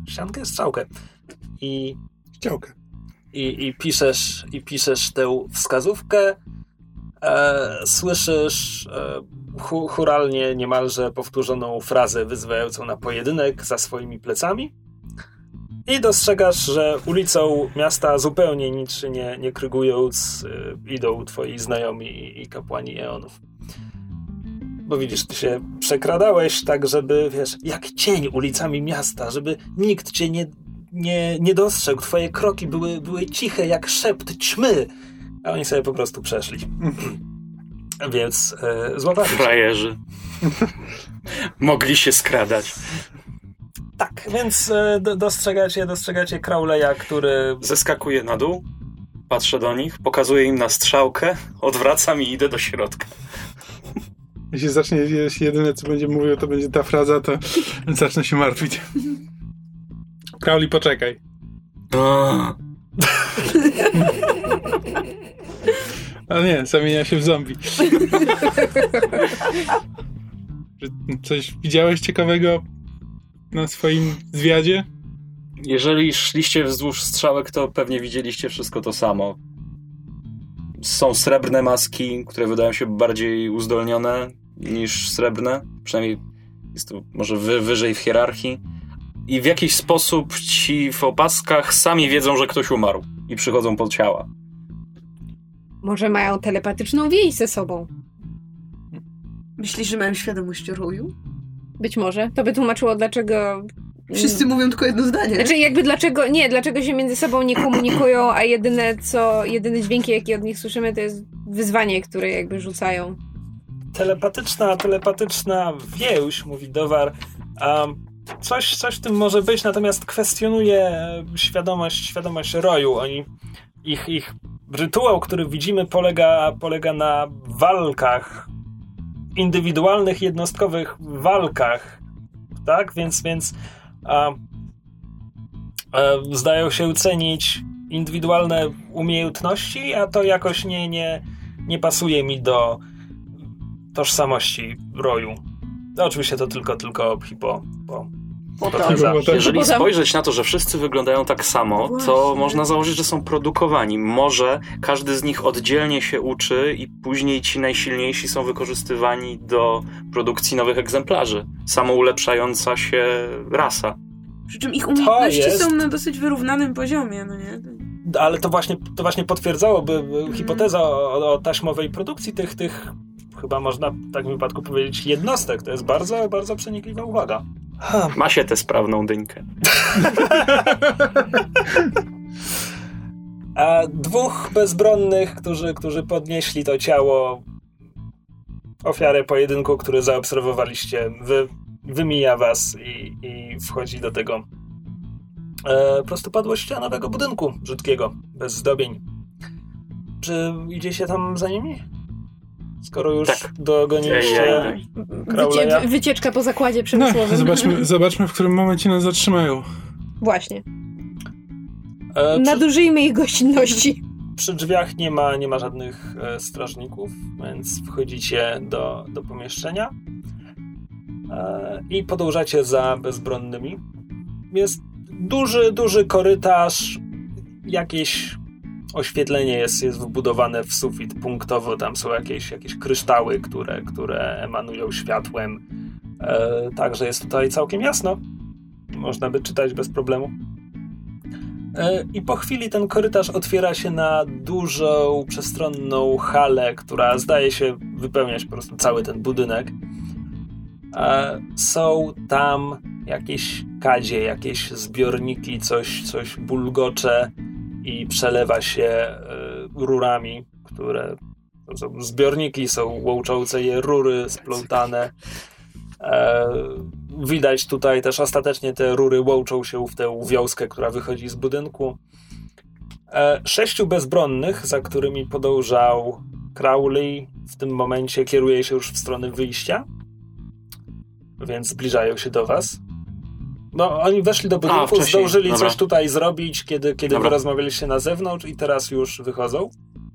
i piszesz tę wskazówkę, słyszysz chóralnie niemalże powtórzoną frazę wyzywającą na pojedynek za swoimi plecami i dostrzegasz, że ulicą miasta zupełnie nic nie krygując idą twoi znajomi i kapłani Eonów. Bo widzisz, ty się przekradałeś tak, żeby, wiesz, jak cień ulicami miasta, żeby nikt cię nie dostrzegł. Twoje kroki były ciche jak szept ćmy, a oni sobie po prostu przeszli. Więc złapali się. Frajerzy. Mogli się skradać. Tak, więc dostrzegacie Crowleya, który... Zeskakuję na dół, patrzę do nich, pokazuję im na strzałkę, odwracam i idę do środka. Jeśli jedyne co będzie mówił, to będzie ta fraza, to zacznę się martwić. Crowley, poczekaj. Ale nie, zamienia się w zombie. Coś widziałeś ciekawego na swoim zwiadzie? Jeżeli szliście wzdłuż strzałek, to pewnie widzieliście wszystko to samo. Są srebrne maski, które wydają się bardziej uzdolnione niż srebrne. Przynajmniej jest to może wyżej w hierarchii. I w jakiś sposób ci w opaskach sami wiedzą, że ktoś umarł i przychodzą po ciała. Może mają telepatyczną więź ze sobą. Myślisz, że mają świadomość roju? Być może. To by tłumaczyło, dlaczego... Wszyscy mówią tylko jedno zdanie. Znaczy jakby dlaczego się między sobą nie komunikują, a jedyne dźwięki, jakie od nich słyszymy, to jest wyzwanie, które jakby rzucają. Telepatyczna więź, mówi Dowar. Coś w tym może być, natomiast kwestionuje świadomość roju. Ich rytuał, który widzimy, polega na walkach, indywidualnych, jednostkowych walkach, tak? Więc zdają się cenić indywidualne umiejętności, a to jakoś nie pasuje mi do tożsamości roju. No, oczywiście to tylko hipoteza. Jeżeli spojrzeć na to, że wszyscy wyglądają tak samo, to można założyć, że są produkowani. Może każdy z nich oddzielnie się uczy i później ci najsilniejsi są wykorzystywani do produkcji nowych egzemplarzy. Samoulepszająca się rasa. Przy czym ich umiejętności są na dosyć wyrównanym poziomie, no nie? Ale to właśnie potwierdzałoby hipoteza o taśmowej produkcji tych chyba można w takim wypadku powiedzieć jednostek. To jest bardzo, bardzo przenikliwa uwaga. Ma się tę sprawną dynkę. A dwóch bezbronnych, którzy podnieśli to ciało, ofiarę pojedynku, który zaobserwowaliście, wymija was i wchodzi do tego prostopadłościanowego budynku brzydkiego, bez zdobień. Czy idziecie tam za nimi? Skoro już dogoniliście Crowleya. Wycieczka po zakładzie przemysłowym. Zobaczmy, w którym momencie nas zatrzymają. Właśnie. Nadużyjmy ich gościnności. Przy drzwiach nie ma żadnych strażników, więc wchodzicie do pomieszczenia i podążacie za bezbronnymi. Jest duży korytarz, jakieś oświetlenie jest wbudowane w sufit punktowo, tam są jakieś kryształy, które emanują światłem. Także jest tutaj całkiem jasno. Można by czytać bez problemu. I po chwili ten korytarz otwiera się na dużą, przestronną halę, która zdaje się wypełniać po prostu cały ten budynek. Są tam jakieś kadzie, jakieś zbiorniki, coś bulgocze i przelewa się rurami, które to są zbiorniki, są łączące je rury splątane. Widać tutaj też ostatecznie te rury łączą się w tę wiązkę, która wychodzi z budynku. 6 bezbronnych, za którymi podążał Crowley, w tym momencie kieruje się już w stronę wyjścia, więc zbliżają się do was. No, oni weszli do budynku, zdążyli coś tutaj zrobić, kiedy wy rozmawialiście na zewnątrz i teraz już wychodzą.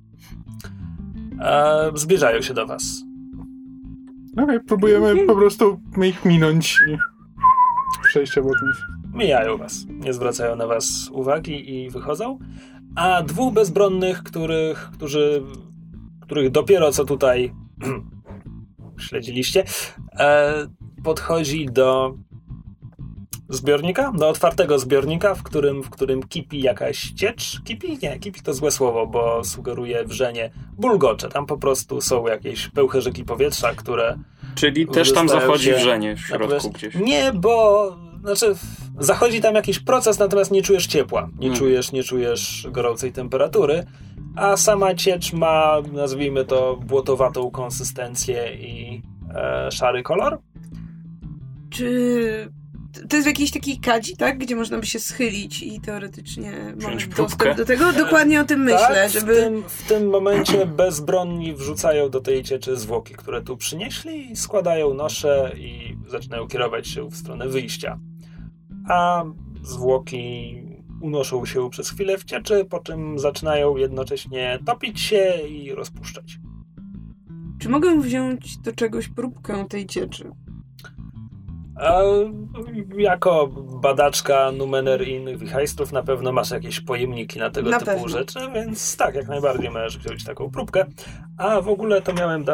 Zbliżają się do was. Okej, próbujemy po prostu ich minąć i przejść obok nich. Mijają was, nie zwracają na was uwagi i wychodzą. A 2 bezbronnych, których dopiero co tutaj śledziliście, podchodzi do zbiornika, do otwartego zbiornika, w którym kipi jakaś ciecz. Kipi to złe słowo, bo sugeruje wrzenie. Bulgocze. Tam po prostu są jakieś pełcherzyki powietrza, które... Czyli też tam zachodzi wrzenie w środku gdzieś. Nie, bo... Znaczy, zachodzi tam jakiś proces, natomiast nie czujesz ciepła. Nie czujesz gorącej temperatury, a sama ciecz ma, nazwijmy to, błotowatą konsystencję i szary kolor. Czy... To jest w jakiejś takiej kadzi, tak? Gdzie można by się schylić i teoretycznie mamy dostęp do tego? Dokładnie o tym myślę, żeby... W tym momencie bezbronni wrzucają do tej cieczy zwłoki, które tu przynieśli i składają nosze i zaczynają kierować się w stronę wyjścia. A zwłoki unoszą się przez chwilę w cieczy, po czym zaczynają jednocześnie topić się i rozpuszczać. Czy mogę wziąć do czegoś próbkę tej cieczy? Jako badaczka Numener i innych wichajstrów na pewno masz jakieś pojemniki na tego typu rzeczy, więc tak, jak najbardziej możesz wziąć taką próbkę. A w ogóle to miałem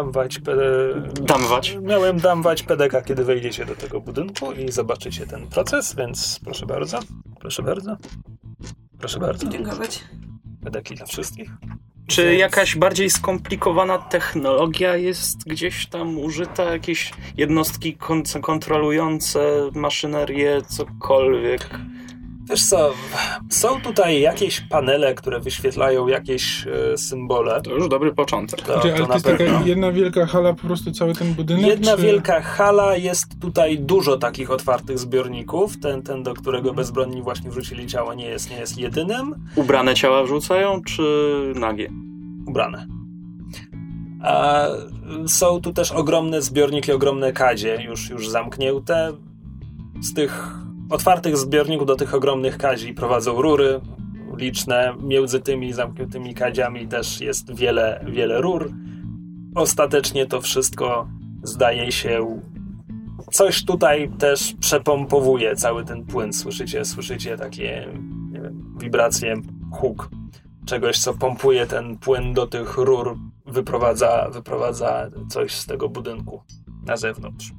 damwać PDK, kiedy wejdziecie do tego budynku i zobaczycie ten proces, więc proszę bardzo. Proszę bardzo. Dziękować. PDK dla wszystkich. Czy jakaś bardziej skomplikowana technologia jest gdzieś tam użyta? Jakieś jednostki kontrolujące maszynerię, cokolwiek? Wiesz co, są tutaj jakieś panele, które wyświetlają jakieś symbole. To już dobry początek. Ale to jest taka jedna wielka hala, po prostu cały ten budynek? Jedna wielka hala, jest tutaj dużo takich otwartych zbiorników. Ten do którego bezbronni właśnie wrzucili ciała, nie jest jedynym. Ubrane ciała wrzucają, czy nagie? Ubrane. A są tu też ogromne zbiorniki, ogromne kadzie, już zamknięte. Z tych otwartych zbiorników do tych ogromnych kadzi prowadzą rury liczne. Między tymi zamkniętymi kadziami też jest wiele rur. Ostatecznie to wszystko zdaje się... Coś tutaj też przepompowuje cały ten płyn. Słyszycie takie, nie wiem, wibracje, huk czegoś, co pompuje ten płyn do tych rur, wyprowadza coś z tego budynku na zewnątrz.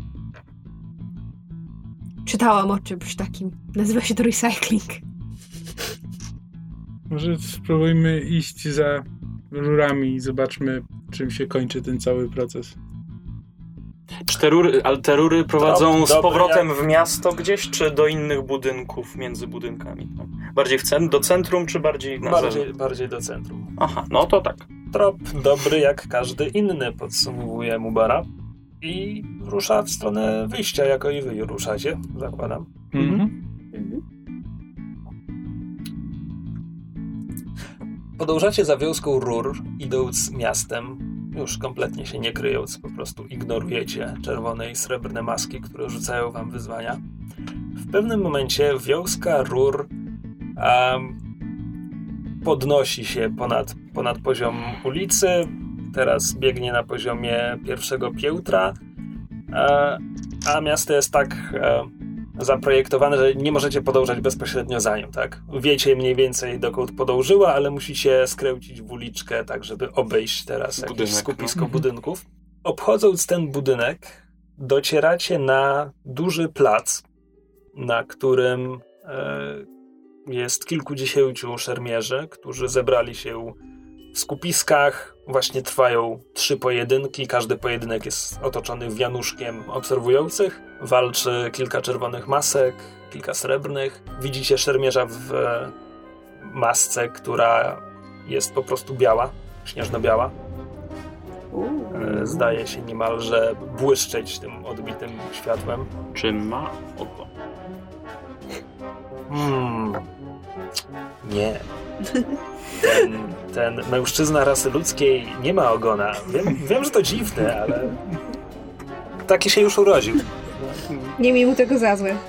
Czytałam o czymś takim. Nazywa się to recycling. Może spróbujmy iść za rurami i zobaczmy, czym się kończy ten cały proces. Czy te rury prowadzą z powrotem w miasto gdzieś, czy do innych budynków między budynkami? Bardziej do centrum, czy bardziej na zewnątrz? Bardziej do centrum. Aha, no to tak. Trop dobry jak każdy inny, podsumowuje Mubara. I rusza w stronę wyjścia, jako i wy ruszacie, zakładam. Podążacie za wiązką rur, idąc miastem, już kompletnie się nie kryjąc, po prostu ignorujecie czerwone i srebrne maski, które rzucają wam wyzwania. W pewnym momencie wiązka rur podnosi się ponad poziom ulicy, teraz biegnie na poziomie pierwszego piętra, a miasto jest tak zaprojektowane, że nie możecie podążać bezpośrednio za nią, tak? Wiecie mniej więcej, dokąd podążyła, ale musicie skręcić w uliczkę, tak żeby obejść teraz jakieś skupisko budynków. Obchodząc ten budynek, docieracie na duży plac, na którym jest kilkudziesięciu szermierzy, którzy zebrali się w skupiskach. Właśnie trwają 3 pojedynki. Każdy pojedynek jest otoczony wianuszkiem obserwujących. Walczy kilka czerwonych masek, kilka srebrnych. Widzicie szermierza w masce, która jest po prostu biała, śnieżno-biała. Zdaje się niemalże błyszczeć tym odbitym światłem. Czy ma oko? Nie. Ten mężczyzna rasy ludzkiej nie ma ogona. Wiem, że to dziwne, ale taki się już urodził. Nie miej mu tego za złe.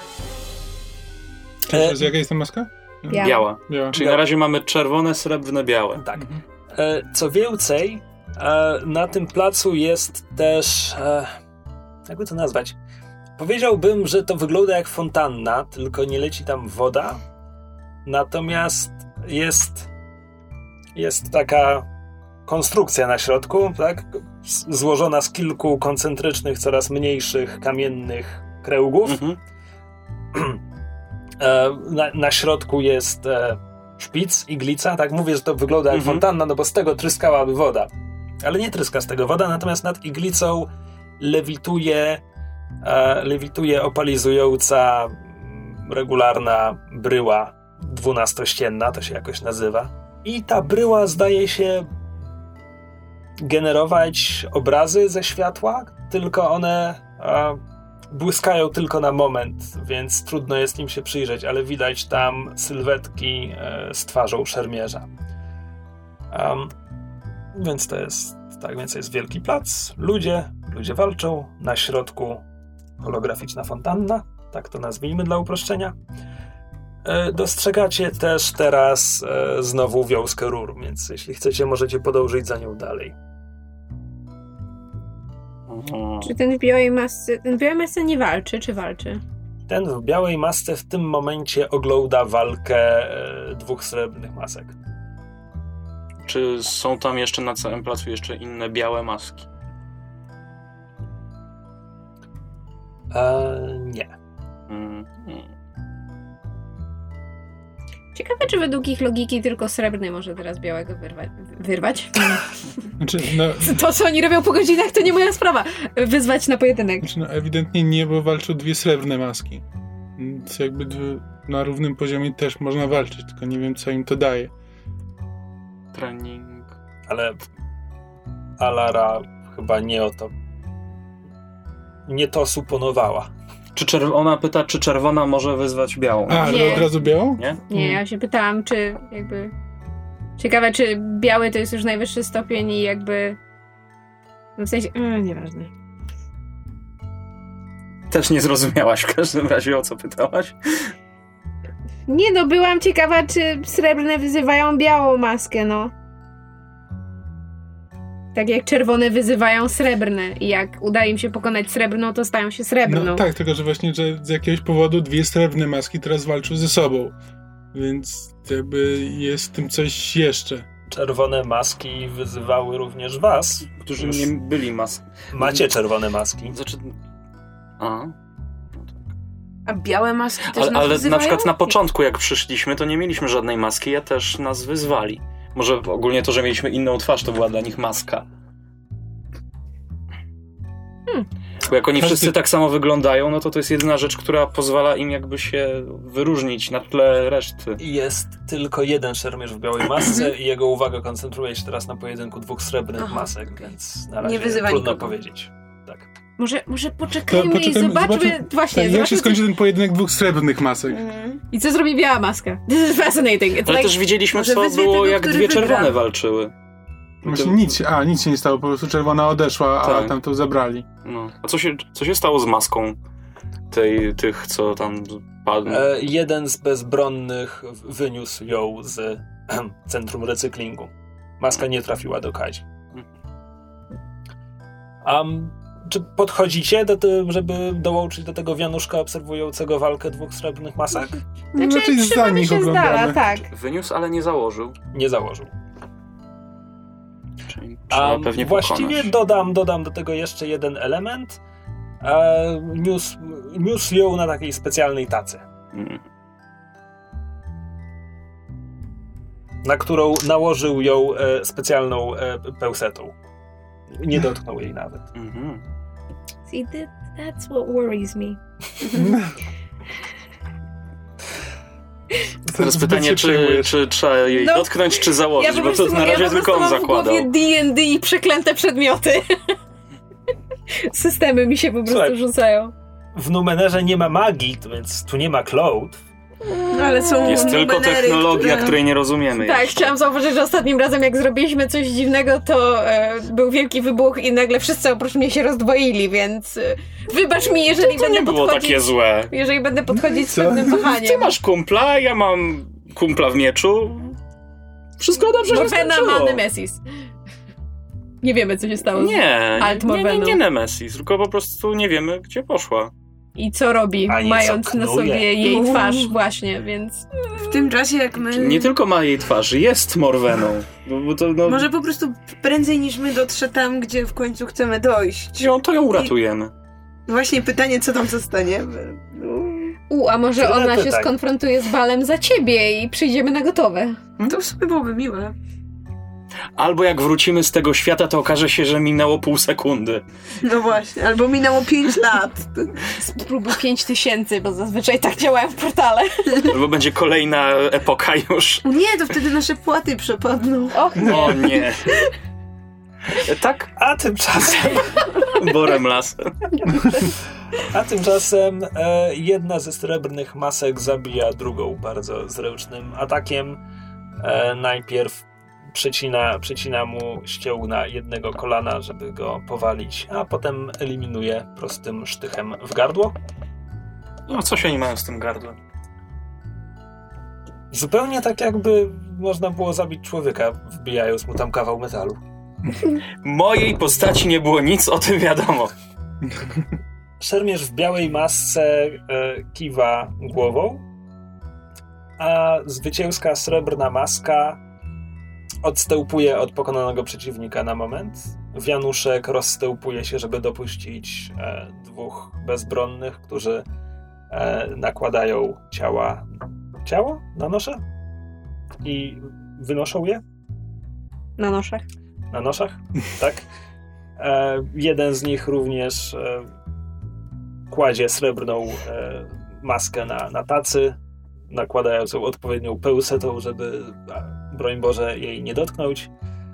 Jaka jest ta maska? Biała. Czyli na razie mamy czerwone, srebrne, białe. Tak. Co więcej, na tym placu jest też... jakby to nazwać? Powiedziałbym, że to wygląda jak fontanna, tylko nie leci tam woda. Natomiast jest taka konstrukcja na środku, tak? Złożona z kilku koncentrycznych, coraz mniejszych kamiennych kręgów. Na środku jest szpic, iglica, tak? Mówię, że to wygląda jak fontanna, no bo z tego tryskałaby woda. Ale nie tryska z tego woda, natomiast nad iglicą lewituje opalizująca regularna bryła 12-ścienna, to się jakoś nazywa. I ta bryła zdaje się generować obrazy ze światła, tylko one błyskają tylko na moment, więc trudno jest im się przyjrzeć, ale widać tam sylwetki z twarzą szermierza. Więc to jest tak, więc jest wielki plac, ludzie walczą, na środku holograficzna fontanna, tak to nazwijmy dla uproszczenia. Dostrzegacie też teraz znowu wiązkę rur, więc jeśli chcecie, możecie podążyć za nią dalej. Czy ten w białej masce nie walczy, czy walczy? Ten w białej masce w tym momencie ogląda walkę 2 srebrnych masek. Czy są tam jeszcze na całym placu jeszcze inne białe maski? Nie. Ciekawe, czy według ich logiki tylko srebrny może teraz białego wyrwać? Znaczy, To, co oni robią po godzinach, to nie moja sprawa. Wyzwać na pojedynek. Znaczy, ewidentnie nie, bo walczą dwie srebrne maski. Więc jakby na równym poziomie też można walczyć, tylko nie wiem, co im to daje. Trening. Ale Alara chyba nie o to. Nie to suponowała. Ona pyta, czy czerwona może wyzwać białą. A, że od razu białą? Nie? Nie, ja się pytałam, czy jakby... Ciekawe, czy biały to jest już najwyższy stopień i jakby... No w sensie... nieważne. Też nie zrozumiałaś w każdym razie, o co pytałaś? Nie no, byłam ciekawa, czy srebrne wyzywają białą maskę, no. Tak jak czerwone wyzywają srebrne i jak uda im się pokonać srebrną, to stają się srebrną. No tak, tylko że właśnie, że z jakiegoś powodu dwie srebrne maski teraz walczą ze sobą. Więc jakby jest w tym coś jeszcze. Czerwone maski wyzywały również was, Którzy nie byli Macie czerwone maski. Znaczy... A białe maski też nas Ale wyzywają? na przykład na początku, jak przyszliśmy, to nie mieliśmy żadnej maski, też nas wyzwali. Może ogólnie to, że mieliśmy inną twarz, to była dla nich maska. Bo jak oni wszyscy tak samo wyglądają, no to jest jedyna rzecz, która pozwala im jakby się wyróżnić na tle reszty. Jest tylko jeden szermierz w białej masce i jego uwaga koncentruje się teraz na pojedynku dwóch srebrych masek, więc na razie nie wyzywa trudno nikogo powiedzieć. Tak. Może poczekajmy i zobaczmy... Właśnie, tak, jak się skończy ten pojedynek dwóch srebrnych masek. I co zrobi biała maska? This is fascinating. Ale też widzieliśmy, co było, jak dwie czerwone walczyły. Właśnie nic się nie stało, po prostu czerwona odeszła, a tam to zabrali. No. A co się stało z maską tych, co tam padł? Jeden z bezbronnych wyniósł ją z centrum recyklingu. Maska nie trafiła do Kadzi. Czy podchodzicie, żeby dołączyć do tego wianuszka obserwującego walkę dwóch srebrnych masek? Znaczy za nich oglądamy. Tak. Wyniósł, ale nie założył. Nie założył. Czyli trzeba pewnie właściwie pokonać. dodam do tego jeszcze jeden element. Niósł ją na takiej specjalnej tacy. Na którą nałożył ją specjalną pełsetą. Nie dotknął jej nawet. See, that's what worries me. Teraz pytanie, czy trzeba jej dotknąć, czy założyć, bo to na razie tylko on zakładał. Ja D&D i przeklęte przedmioty. Systemy mi się po prostu rzucają. W Numenerze nie ma magii, więc tu nie ma cloud. Ale są jest tylko technologia, której nie rozumiemy. Tak, jeszcze. chciałam zauważyć, że ostatnim razem jak zrobiliśmy coś dziwnego, to był wielki wybuch i nagle wszyscy oprócz mnie się rozdwoili, więc wybacz mi, jeżeli to nie było takie złe. Jeżeli będę podchodzić z pewnym wahaniem. Ty masz kumpla, ja mam kumpla w mieczu. Wszystko dobrze się skończyło. Morwena ma Nemesis. Nie wiemy, co się stało nie Nemesis, tylko po prostu nie wiemy, gdzie poszła. I co robi, mając na sobie jej twarz właśnie, więc... W tym czasie, jak my... Nie tylko ma jej twarz, jest Morweną. Może po prostu prędzej niż my dotrze tam, gdzie w końcu chcemy dojść. To ją uratujemy. Właśnie pytanie, co tam zostanie. A może ona się skonfrontuje z Balem za ciebie i przyjdziemy na gotowe. To w sumie byłoby miłe. Albo jak wrócimy z tego świata, to okaże się, że minęło pół sekundy. No właśnie, albo minęło 5 lat. Spróbuj 5000, bo zazwyczaj tak działają w portale. Albo będzie kolejna epoka już. Nie, to wtedy nasze płaty przepadną. Och nie. O nie. Tak? A tymczasem... Borem lasem. A tymczasem jedna ze srebrnych masek zabija drugą bardzo zręcznym atakiem. Najpierw przecina mu ścięgna jednego kolana, żeby go powalić, a potem eliminuje prostym sztychem w gardło. No, co się oni mają z tym gardłem? Zupełnie tak, jakby można było zabić człowieka, wbijając mu tam kawał metalu. Mojej postaci nie było nic o tym wiadomo. Szermierz w białej masce kiwa głową, a zwycięska srebrna maska odstępuje od pokonanego przeciwnika na moment. Wianuszek rozstępuje się, żeby dopuścić dwóch bezbronnych, którzy nakładają ciało na nosze? i wynoszą je. Na noszach. Na noszach, tak. Jeden z nich również kładzie srebrną maskę na tacy, nakładając ją odpowiednią pełsetą, żeby, broń Boże, jej nie dotknąć.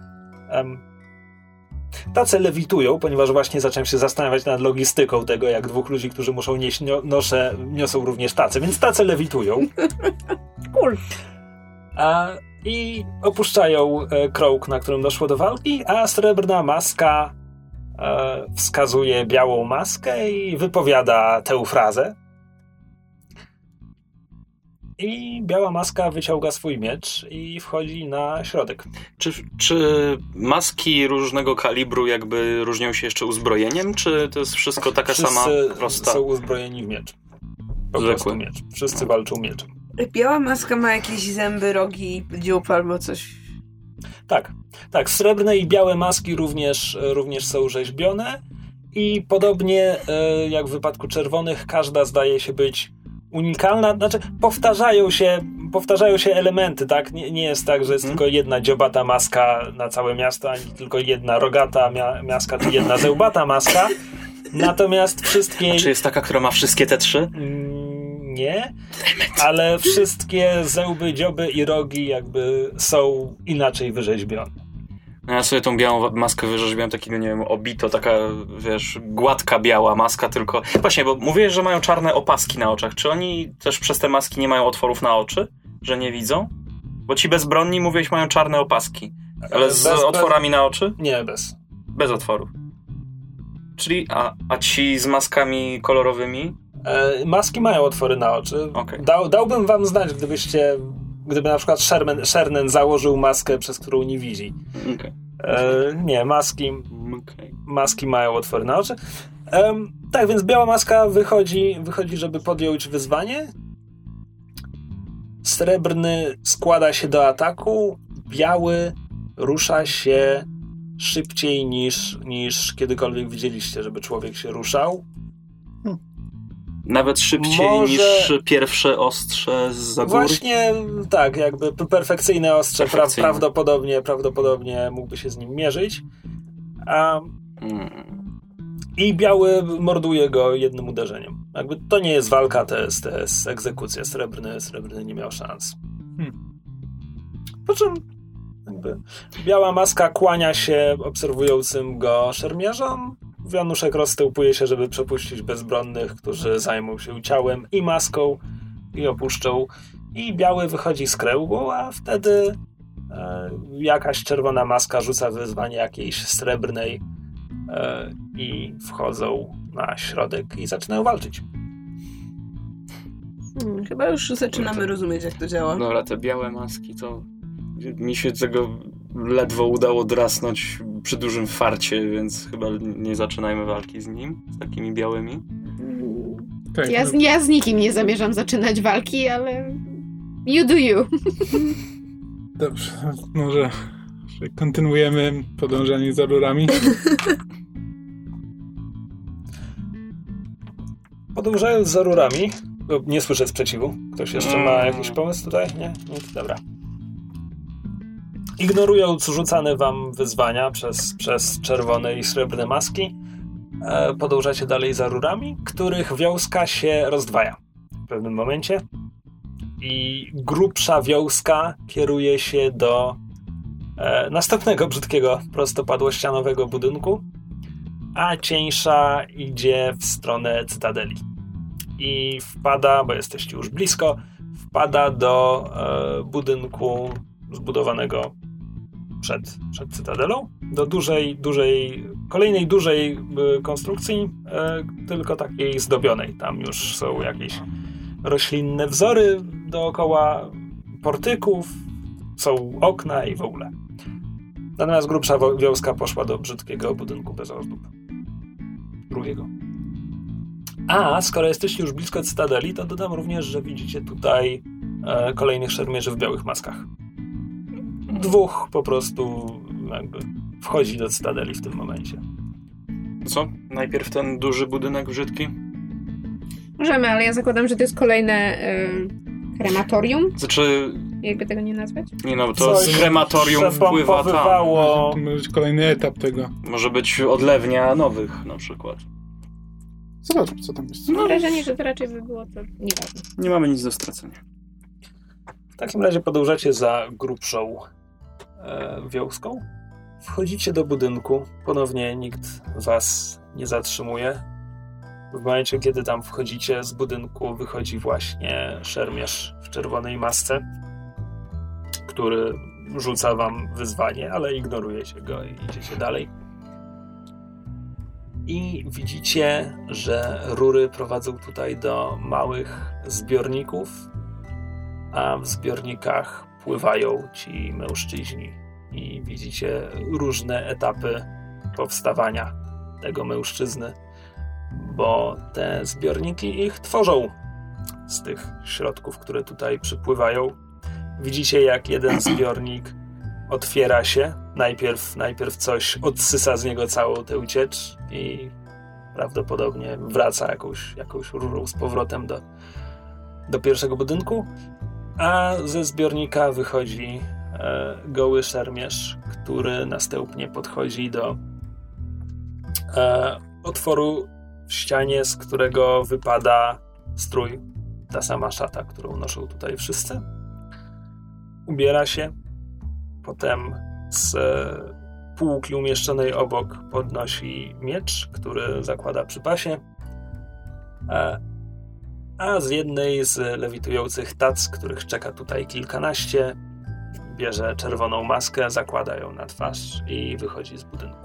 Tace lewitują, ponieważ właśnie zacząłem się zastanawiać nad logistyką tego, jak dwóch ludzi, którzy muszą nieść nosze, niosą również tace, więc tace lewitują. Cool. I opuszczają krąg, na którym doszło do walki, a srebrna maska wskazuje białą maskę i wypowiada tę frazę. I biała maska wyciąga swój miecz i wchodzi na środek. Czy maski różnego kalibru jakby różnią się jeszcze uzbrojeniem, czy to jest wszystko taka sama prosta? Wszyscy są uzbrojeni w miecz. Po prostu miecz. Wszyscy walczą mieczem. Biała maska ma jakieś zęby, rogi, dziób albo coś. Tak. Srebrne i białe maski również są rzeźbione i podobnie jak w wypadku czerwonych, każda zdaje się być unikalna. Znaczy, powtarzają się elementy, tak? Nie jest tak, że jest tylko jedna dziobata maska na całe miasto, ani tylko jedna rogata maska, czy jedna zębata maska. Natomiast wszystkie... A czy jest taka, która ma wszystkie te trzy? Nie, ale wszystkie zęby, dzioby i rogi jakby są inaczej wyrzeźbione. No ja sobie tą białą maskę wyrzeźbiłem takiego, nie wiem, obito, taka, wiesz, gładka biała maska, tylko... Właśnie, bo mówiłeś, że mają czarne opaski na oczach. Czy oni też przez te maski nie mają otworów na oczy? Że nie widzą? Bo ci bezbronni, mówiłeś, mają czarne opaski. Ale z otworami na oczy? Nie, bez. Bez otworów. Czyli, a ci z maskami kolorowymi? Maski mają otwory na oczy. Okay. Dałbym wam znać, gdyby na przykład Sherman założył maskę, przez którą nie widzi. Okay. Nie, maski mają otwory na oczy. Tak, więc biała maska wychodzi, żeby podjąć wyzwanie. Srebrny składa się do ataku. Biały rusza się szybciej niż kiedykolwiek widzieliście, żeby człowiek się ruszał. Nawet szybciej niż pierwsze ostrze z góry? Właśnie tak, jakby perfekcyjne ostrze prawdopodobnie mógłby się z nim mierzyć. I biały morduje go jednym uderzeniem. Jakby to nie jest walka, to jest egzekucja. Srebrny nie miał szans. Po czym jakby biała maska kłania się obserwującym go szermierzom. Wianuszek rozstępuje się, żeby przepuścić bezbronnych, którzy zajmą się ciałem i maską i opuszczą. I biały wychodzi z kręgu, a wtedy jakaś czerwona maska rzuca wyzwanie jakiejś srebrnej i wchodzą na środek i zaczynają walczyć. Chyba już zaczynamy rozumieć, jak to działa. Dobra, te białe maski to mi się tego ledwo udało drasnąć przy dużym farcie, więc chyba nie zaczynajmy walki z nim, z takimi białymi. Tak. Ja z nikim nie zamierzam zaczynać walki, ale you do you. Dobrze, może kontynuujemy podążanie za rurami. Podążając za rurami, nie słyszę sprzeciwu. Ktoś jeszcze ma jakiś pomysł tutaj? Nie? Dobra. Ignorując rzucane wam wyzwania przez czerwone i srebrne maski, podążacie dalej za rurami, których wiązka się rozdwaja w pewnym momencie i grubsza wiązka kieruje się do następnego brzydkiego, prostopadłościanowego budynku, a cieńsza idzie w stronę Cytadeli i wpada, bo jesteście już blisko, wpada do budynku zbudowanego przed Cytadelą, do kolejnej dużej konstrukcji, tylko takiej zdobionej. Tam już są jakieś roślinne wzory dookoła portyków, są okna i w ogóle. Natomiast grubsza wioska poszła do brzydkiego budynku bez ozdób. Drugiego. A skoro jesteście już blisko Cytadeli, to dodam również, że widzicie tutaj kolejnych szermierzy w białych maskach. Dwóch po prostu jakby wchodzi do Cytadeli w tym momencie. Co? Najpierw ten duży budynek brzydki? Możemy, ale ja zakładam, że to jest kolejne krematorium. Znaczy, Jakby tego nie nazwać? Nie no, to z krematorium wpływa tam. Może być kolejny etap tego. Może być odlewnia nowych na przykład. Zobaczmy, co tam jest. Mam wrażenie, że to raczej by było to nieważne. Nie mamy nic do stracenia. W takim razie podążacie za grubszą wioską. Wchodzicie do budynku. Ponownie nikt was nie zatrzymuje. W momencie, kiedy tam wchodzicie, z budynku wychodzi właśnie szermierz w czerwonej masce, który rzuca wam wyzwanie, ale ignorujecie go i idziecie dalej. I widzicie, że rury prowadzą tutaj do małych zbiorników, a w zbiornikach pływają ci mężczyźni. I widzicie różne etapy powstawania tego mężczyzny, bo te zbiorniki ich tworzą z tych środków, które tutaj przypływają. Widzicie, jak jeden zbiornik otwiera się. Najpierw coś odsysa z niego całą tę ciecz i prawdopodobnie wraca jakąś rurą z powrotem do pierwszego budynku, a ze zbiornika wychodzi goły szermierz, który następnie podchodzi do otworu w ścianie, z którego wypada strój, ta sama szata, którą noszą tutaj wszyscy. Ubiera się, potem z półki umieszczonej obok podnosi miecz, który zakłada przy pasie, a z jednej z lewitujących tac, których czeka tutaj kilkanaście, bierze czerwoną maskę, zakłada ją na twarz i wychodzi z budynku.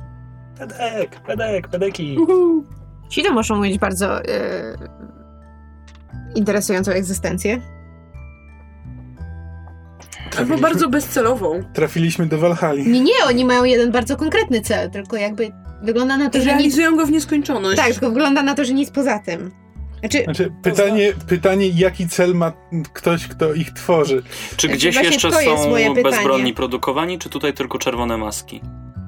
Pedeki! Ci to muszą mieć bardzo interesującą egzystencję. Albo bardzo bezcelową. Trafiliśmy do Walhali. Nie, oni mają jeden bardzo konkretny cel, tylko jakby wygląda na to, że realizują go w nieskończoność. Tak, tylko wygląda na to, że nic poza tym. Znaczy pytanie, jaki cel ma ktoś, kto ich tworzy? Czy gdzieś jeszcze są bezbronni produkowani, czy tutaj tylko czerwone maski?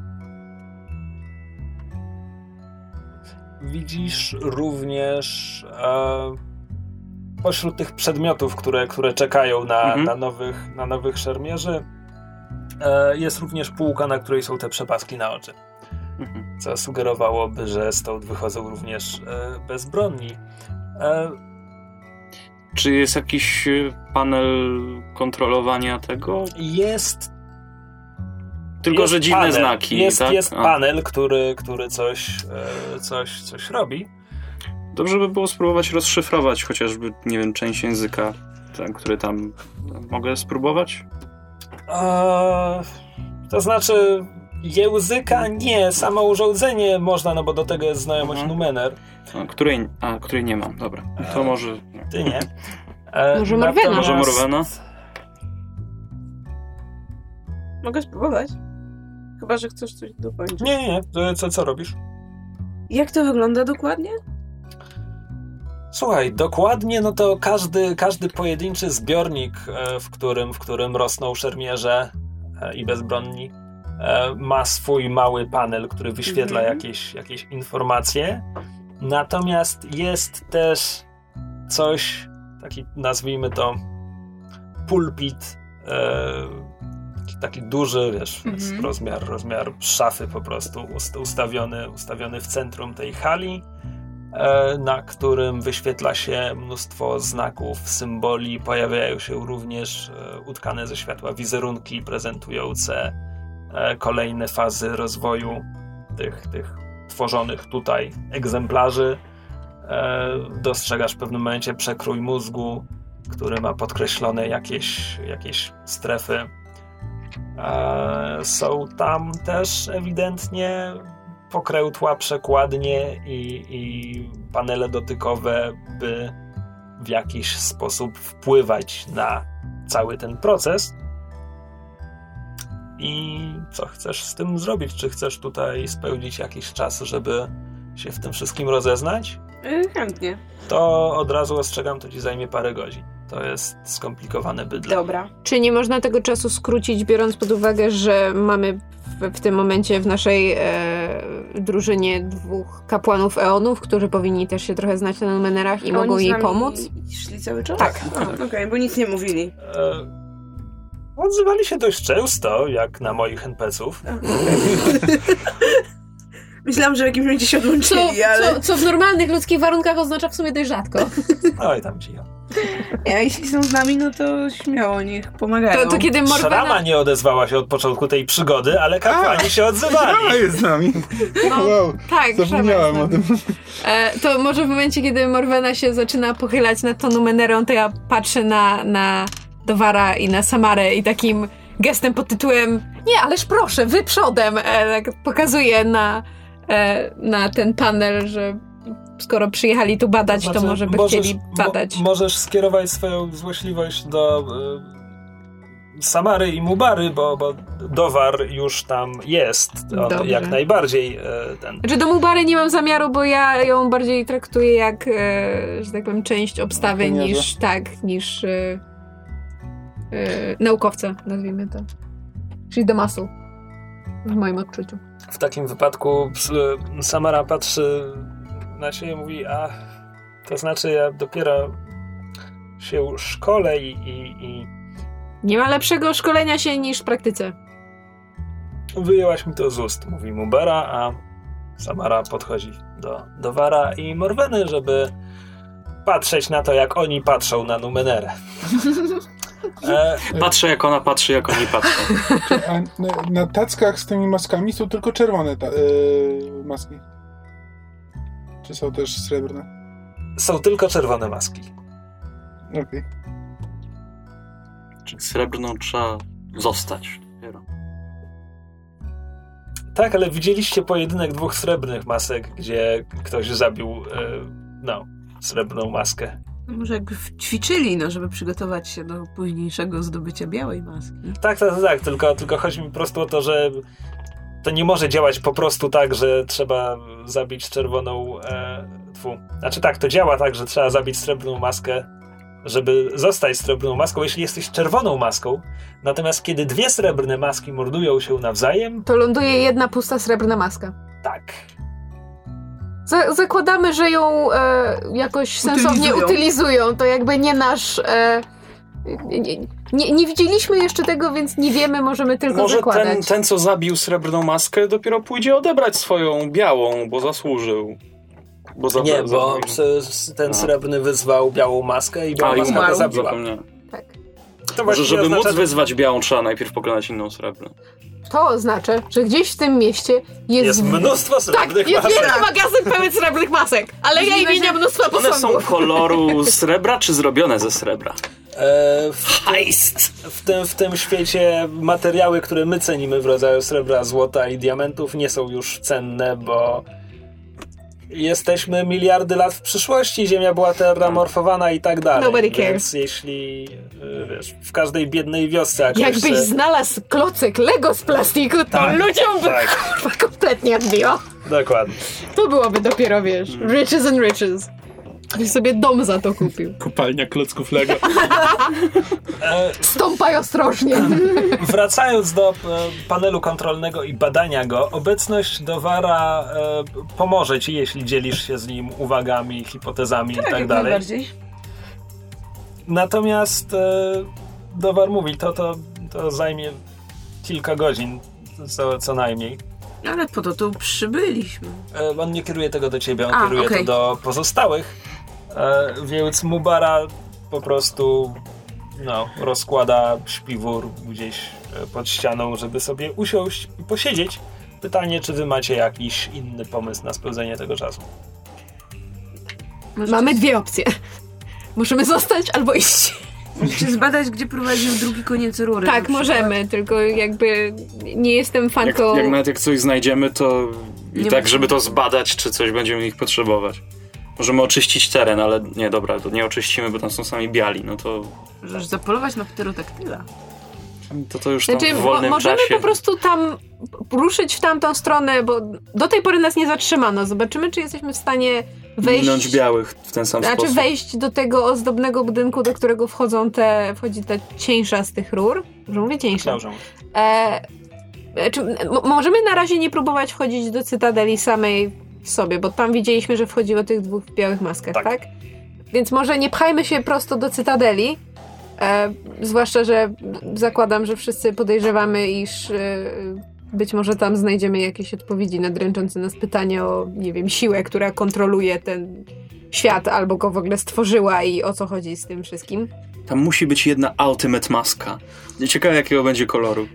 Widzisz również pośród tych przedmiotów, które czekają na nowych szermierzy, jest również półka, na której są te przepaski na oczy. Co sugerowałoby, że stąd wychodzą również bezbronni. Czy jest jakiś panel kontrolowania tego? Jest. Tylko, jest że dziwne panel. znaki. Jest panel, który coś robi. Dobrze by było spróbować rozszyfrować chociażby, nie wiem, część języka, który tam... Mogę spróbować? To znaczy języka nie, samo urządzenie można, no bo do tego jest znajomość Numener. Której nie mam, dobra. To może... Ty nie. Może Morwena. Może Morwena? Mogę spróbować. Chyba, że chcesz coś dokończyć. Nie. Co robisz? Jak to wygląda dokładnie? Słuchaj, dokładnie, no to każdy pojedynczy zbiornik, w którym rosną szermierze i bezbronni, ma swój mały panel, który wyświetla jakieś informacje. Natomiast jest też coś, taki nazwijmy to pulpit, taki duży, wiesz, rozmiar szafy po prostu ustawiony w centrum tej hali, na którym wyświetla się mnóstwo znaków, symboli. Pojawiają się również utkane ze światła wizerunki prezentujące kolejne fazy rozwoju tych tworzonych tutaj egzemplarzy. Dostrzegasz w pewnym momencie przekrój mózgu, który ma podkreślone jakieś strefy. Są tam też ewidentnie pokrętła, przekładnie i panele dotykowe, by w jakiś sposób wpływać na cały ten proces. I co chcesz z tym zrobić? Czy chcesz tutaj spełnić jakiś czas, żeby się w tym wszystkim rozeznać? Chętnie. To od razu ostrzegam, to ci zajmie parę godzin. To jest skomplikowane bydle. Dobra. Czy nie można tego czasu skrócić, biorąc pod uwagę, że mamy w tym momencie w naszej drużynie 2 kapłanów Eonów, którzy powinni też się trochę znać na Numenerach i mogą jej pomóc? Szli cały czas? Tak. Okej, bo nic nie mówili. Odzywali się dość często, jak na moich NPC-ów. Myślałam, że w jakimś momencie się odłączyli, ale... Co w normalnych ludzkich warunkach oznacza w sumie dość rzadko. Oj, tam cicho. Nie, jeśli są z nami, no to śmiało, niech pomagają. To kiedy Morwena... Szrama nie odezwała się od początku tej przygody, ale kapłani się odzywali. Szrama jest z nami. No, Wow, tak, zapomniałem o tym. To może w momencie, kiedy Morwena się zaczyna pochylać nad tą Numenerą, to ja patrzę na Dovara i na Samarę i takim gestem pod tytułem nie, ależ proszę, wy przodem, tak pokazuję na ten panel, że skoro przyjechali tu badać, to może by chcieli badać. Możesz skierować swoją złośliwość do Samary i Mubary, bo Dowar już tam jest. On jak najbardziej ten... Znaczy do Mubary nie mam zamiaru, bo ja ją bardziej traktuję jak, że tak powiem, część obstawy niż naukowca, nazwijmy to. Czyli Damasu. W moim odczuciu. W takim wypadku Samara patrzy na siebie i mówi, to znaczy ja dopiero się szkolę i... Nie ma lepszego szkolenia się niż w praktyce. Wyjęłaś mi to z ust, mówi Mubara, a Samara podchodzi do Dovara i Morweny, żeby patrzeć na to, jak oni patrzą na Numenerę. Patrzę, jak ona patrzy, jak oni patrzą. A na tackach z tymi maskami są tylko czerwone maski? Czy są też srebrne? Są tylko czerwone maski. Okej. Czyli srebrną trzeba zostać dopiero. Tak, ale widzieliście pojedynek 2 srebrnych masek, gdzie ktoś zabił srebrną maskę. Może jakby ćwiczyli, żeby przygotować się do późniejszego zdobycia białej maski. Tak, tylko chodzi mi po prostu o to, że to nie może działać po prostu tak, że trzeba zabić czerwoną... Znaczy tak, to działa tak, że trzeba zabić srebrną maskę, żeby zostać srebrną maską, jeśli jesteś czerwoną maską. Natomiast kiedy 2 srebrne maski mordują się nawzajem... To ląduje jedna pusta srebrna maska. Tak. Zakładamy, że ją jakoś sensownie utylizują. To jakby nie nasz... Nie widzieliśmy jeszcze tego, więc nie wiemy, możemy tylko zakładać. Może ten, co zabił srebrną maskę, dopiero pójdzie odebrać swoją białą, bo zasłużył. Bo ten srebrny wyzwał białą maskę i białą maskę zabiła. Tak. To może, żeby móc wyzwać białą, trzeba najpierw pokonać inną srebrną. To oznacza, że gdzieś w tym mieście jest mnóstwo srebrnych masek. Tak, jest jeden magazyn pełen srebrnych masek, ale ja im nie mnóstwo posągów. One są koloru srebra, czy zrobione ze srebra? W tym świecie materiały, które my cenimy w rodzaju srebra, złota i diamentów, nie są już cenne, bo jesteśmy miliardy lat w przyszłości, Ziemia była terramorfowana i tak dalej. Nobody cares. Więc jeśli w każdej biednej wiosce... Jakbyś znalazł klocek Lego z plastiku, to ludziom by kompletnie odbiło. Dokładnie. To byłoby dopiero, riches and riches. Byś sobie dom za to kupił. Kopalnia klocków Lego. Stąpaj ostrożnie. Wracając do panelu kontrolnego i badania go, obecność Dovara pomoże ci, jeśli dzielisz się z nim uwagami, hipotezami i tak dalej. Najbardziej. Natomiast Dovar mówi, to zajmie kilka godzin, co najmniej. Ale po to tu przybyliśmy. On nie kieruje tego do ciebie, on kieruje to do pozostałych. Więc Mubara po prostu rozkłada śpiwór gdzieś pod ścianą, żeby sobie usiąść i posiedzieć. Pytanie, czy wy macie jakiś inny pomysł na spełzenie tego czasu? Mamy 2 opcje. Możemy zostać albo iść. Czy zbadać, gdzie prowadził drugi koniec rury? Tak, możemy, tylko jakby nie jestem fanką... Jak coś znajdziemy, to i nie tak, żeby to zbadać, czy coś będziemy ich potrzebować. Możemy oczyścić teren, ale nie, dobra, to nie oczyścimy, bo tam są sami biali, no to... Możesz zapolować na pterodaktyla. To już tam w wolnym możemy czasie... po prostu tam ruszyć w tamtą stronę, bo do tej pory nas nie zatrzymano. Zobaczymy, czy jesteśmy w stanie wejść... Minąć białych w ten sam sposób. Wejść do tego ozdobnego budynku, do którego wchodzi ta cieńsza z tych rur. Może mówię cieńsza? Dobrze. Możemy na razie nie próbować wchodzić do Cytadeli samej sobie, bo tam widzieliśmy, że wchodziło tych 2 w białych maskach, tak? Więc może nie pchajmy się prosto do Cytadeli, Zwłaszcza, że zakładam, że wszyscy podejrzewamy, iż być może tam znajdziemy jakieś odpowiedzi na dręczące nas pytanie o, nie wiem, siłę, która kontroluje ten świat, albo go w ogóle stworzyła i o co chodzi z tym wszystkim. Tam musi być jedna ultimate maska. Ciekawe, jakiego będzie koloru.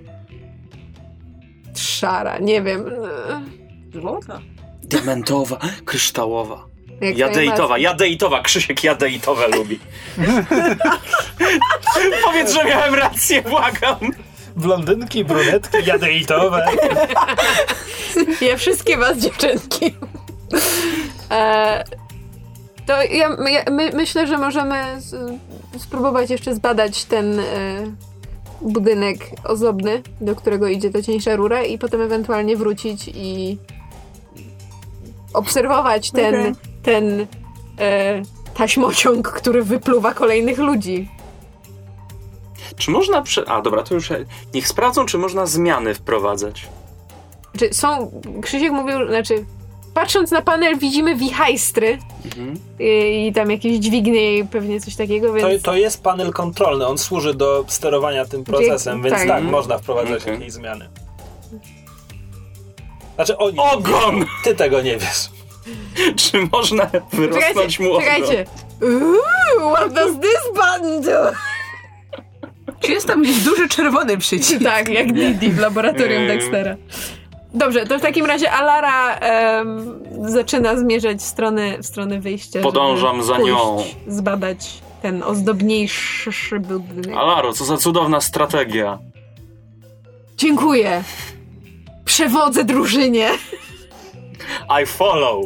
Szara, nie wiem. Złota. Diamentowa, kryształowa. Jak Jadeitowa. Krzysiek jadeitowe lubi. Powiedz, że miałem rację, błagam. Blondynki, brunetki, jadeitowe. Ja wszystkie was, dziewczynki. To myślę, że możemy spróbować jeszcze zbadać ten budynek ozdobny, do którego idzie ta cieńsza rura i potem ewentualnie wrócić i obserwować ten taśmociąg, który wypluwa kolejnych ludzi. Czy można... dobra, to już... Niech sprawdzą, czy można zmiany wprowadzać. Czy są... Krzysiek mówił, patrząc na panel widzimy wichajstry i tam jakieś dźwignie i pewnie coś takiego, więc... To jest panel kontrolny, on służy do sterowania tym procesem, więc tak, można wprowadzać jakieś zmiany. Znaczy oni... Ogon! Ty tego nie wiesz. Czy można wyrosnąć mu ogon? Czekajcie. What does this button do? Czy jest tam jakiś duży czerwony przycisk? Tak, jak Didi w laboratorium Dextera. Dobrze, to w takim razie Alara zaczyna zmierzać w stronę wyjścia. Podążam za nią. Zbadać ten ozdobniejszy budynek. Alaro, co za cudowna strategia. Dziękuję. Przewodzę drużynie. I follow.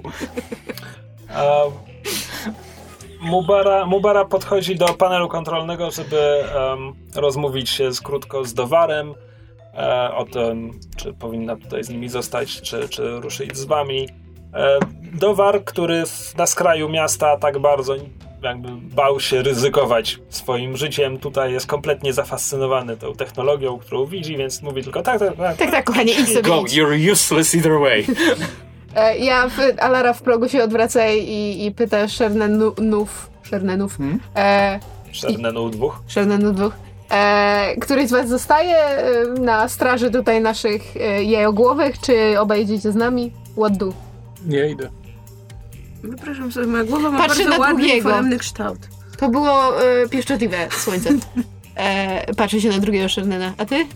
Mubara podchodzi do panelu kontrolnego, żeby rozmówić się krótko z Dowarem o tym, czy powinna tutaj z nimi zostać, czy ruszyć z wami. Dowar, który na skraju miasta tak bardzo jakby bał się ryzykować swoim życiem, tutaj jest kompletnie zafascynowany tą technologią, którą widzi, więc mówi tylko tak, kochanie, idź sobie. Go, you're useless either way. Alara w progu się odwraca i pyta Szernenów. Szernenów dwóch. Któryś z was zostaje na straży tutaj naszych jajogłowych, czy obaj idziecie z nami? What do? Nie idę. Wypraszam sobie, moja głowa ma Patrzy bardzo na ładny drugiego. i foremny kształt. To było pieszczotliwe słońce. Patrzę się na drugiego Szernena. A ty?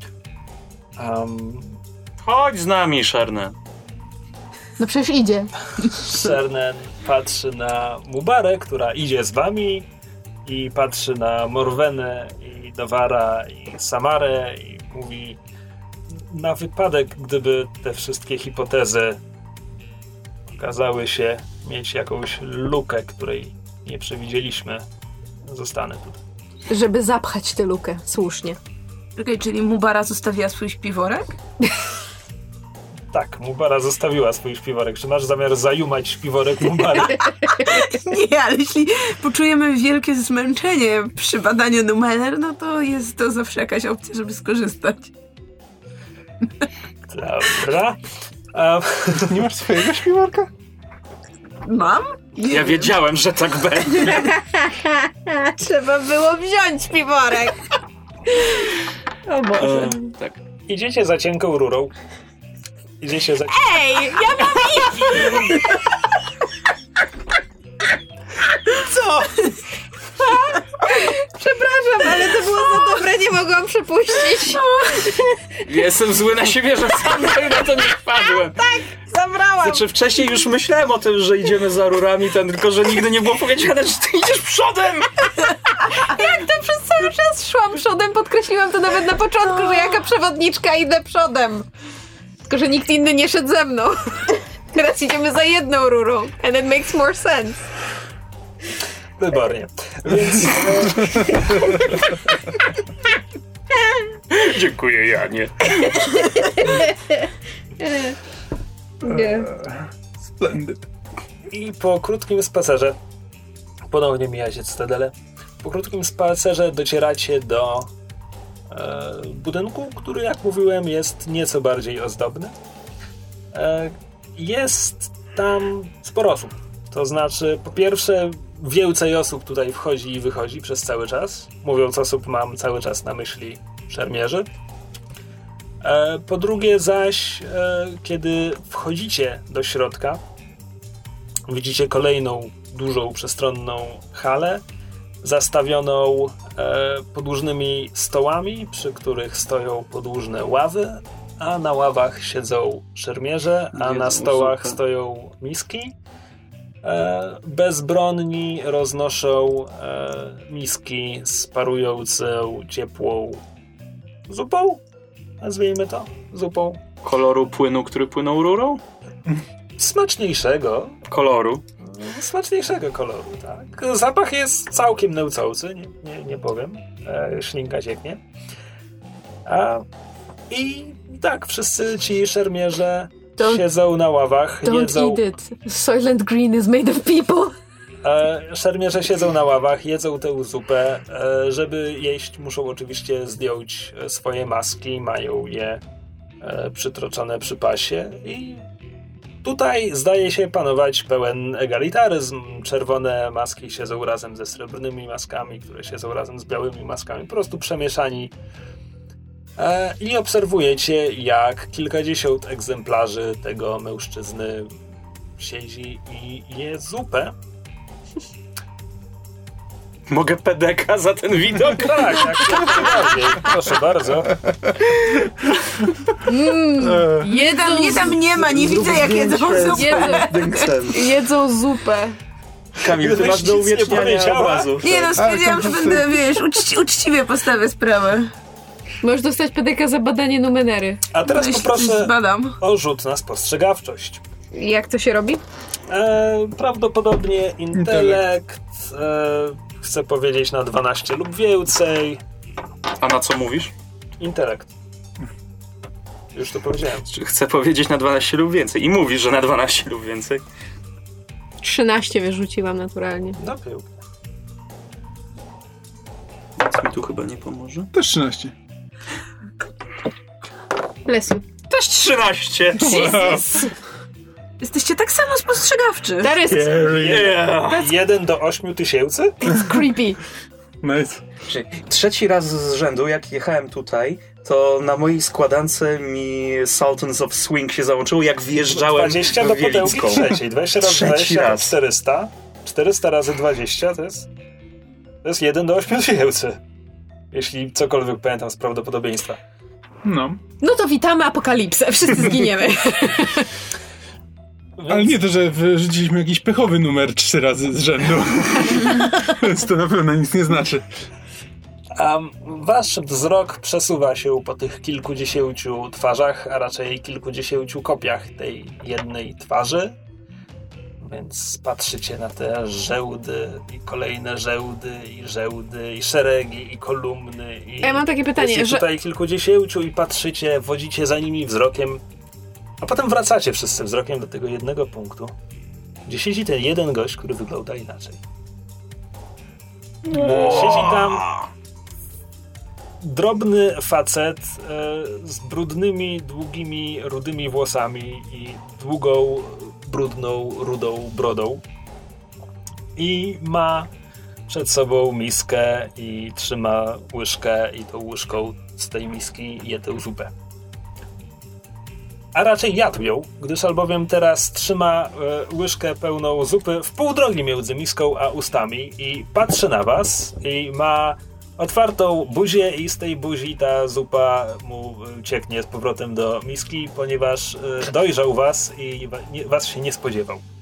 Chodź z nami, Szernen. No przecież idzie. Szernen patrzy na Mubarę, która idzie z wami, i patrzy na Morwenę i Dowara i Samarę i mówi: na wypadek, gdyby te wszystkie hipotezy okazały się mieć jakąś lukę, której nie przewidzieliśmy, zostanę tutaj. Żeby zapchać tę lukę, słusznie. Czekaj, czyli Mubara zostawiła swój śpiworek? Tak, Mubara zostawiła swój śpiworek. Czy masz zamiar zajumać śpiworek Mubary? Nie, ale jeśli poczujemy wielkie zmęczenie przy badaniu numer, no to jest to zawsze jakaś opcja, żeby skorzystać. Dobra. Nie masz swojego śpiworka? Mam? Ja wiedziałem, że tak będzie. Trzeba było wziąć śpiworek. O Boże. Tak. Idziecie za cienką rurą. Ej, ja mam Co? Przepraszam, ale to było za dobre, nie mogłam przepuścić. Jestem zły na siebie, że sam na to nie wpadłem. Zabrałam. Znaczy wcześniej już myślałem o tym, że idziemy za rurami, tylko że nigdy nie było powiedziane, że ty idziesz przodem. Jak to przez cały czas szłam przodem, podkreśliłam to nawet na początku, że jaka przewodniczka idę przodem. Tylko że nikt inny nie szedł ze mną. Teraz idziemy za jedną rurą. And it makes more sense. Wybornie. Więc... Dziękuję, Janie. Nie. Splendid. I po krótkim spacerze, ponownie mijacie Cytadelę, po krótkim spacerze docieracie do budynku, który, jak mówiłem, jest nieco bardziej ozdobny. Jest tam sporo osób. To znaczy, po pierwsze, Więcej osób tutaj wchodzi i wychodzi przez cały czas. Mówiąc osób, mam cały czas na myśli szermierzy. Po drugie zaś, kiedy wchodzicie do środka, widzicie kolejną dużą, przestronną halę zastawioną podłużnymi stołami, przy których stoją podłużne ławy, a na ławach siedzą szermierze, a na stołach stoją miski. Bezbronni roznoszą miski z parującą, ciepłą zupą, nazwijmy to zupą. Koloru płynu, który płynął rurą? Smaczniejszego koloru, tak. Zapach jest całkiem nęcący, nie powiem. Ślinka cieknie. I tak, wszyscy ci szermierze siedzą na ławach. Don't eat it. Soylent Green is made of people. Szermierze siedzą na ławach, jedzą tę zupę. Żeby jeść, muszą oczywiście zdjąć swoje maski. Mają je przytroczone przy pasie i tutaj zdaje się panować pełen egalitaryzm. Czerwone maski siedzą razem ze srebrnymi maskami, które siedzą razem z białymi maskami. Po prostu przemieszani. I obserwujecie, jak kilkadziesiąt egzemplarzy tego mężczyzny siedzi i je zupę. Mogę pedeka za ten widok? Tak, jak najbardziej. Proszę bardzo. Nie ma, nie widzę jak jedzą zupę. Jedzą zupę. Kamil, ty masz do uwieczniania obrazu. Nie no, stwierdziłam, że będę, uczciwie postawię sprawę. Możesz dostać pedeka za badanie numenery. A teraz poproszę zbadam. o rzut na spostrzegawczość. Jak to się robi? Prawdopodobnie intelekt. Chcę powiedzieć na 12 lub więcej. A na co mówisz? Intelekt. Już to powiedziałem. Chcę powiedzieć na 12 lub więcej. I mówisz, że na 12 lub więcej. 13 wyrzuciłam naturalnie. No pięknie. Nic mi tu chyba nie pomoże. Też 13. Lesu. Też 13! Jesus! Jesteście tak samo spostrzegawczy. That is 1 do 8 tysięcy? it's creepy. Nice. Trzeci raz z rzędu, jak jechałem tutaj, to na mojej składance mi Sultans of Swing się załączyło, jak wjeżdżałem 20 w do potęgi Wielicką. trzeciej. 20 razy Trzeci 20 to raz. 400. 400 razy 20 to jest 1 do 8 tysięcy. Jeśli cokolwiek pamiętam z prawdopodobieństwa. No to witamy apokalipsę. Wszyscy zginiemy. Ale nie to, że wyrzuciliśmy jakiś pechowy numer 3 razy z rzędu. Więc to na pewno nic nie znaczy. Wasz wzrok przesuwa się po tych kilkudziesięciu twarzach, a raczej kilkudziesięciu kopiach tej jednej twarzy. Więc patrzycie na te żełdy i kolejne żełdy i szeregi i kolumny. Ja mam takie pytanie, jest że... tutaj kilkudziesięciu i patrzycie, wodzicie za nimi wzrokiem, a potem wracacie wszyscy wzrokiem do tego jednego punktu, gdzie siedzi ten jeden gość, który wygląda inaczej. Siedzi tam drobny facet z brudnymi, długimi, rudymi włosami i długą, brudną, rudą brodą. I ma przed sobą miskę i trzyma łyżkę i tą łyżką z tej miski je tę zupę. A raczej jadł ją, gdyż albowiem teraz trzyma łyżkę pełną zupy w pół drogi między miską a ustami i patrzy na was i ma otwartą buzię i z tej buzi ta zupa mu cieknie z powrotem do miski, ponieważ dojrzał was i was się nie spodziewał.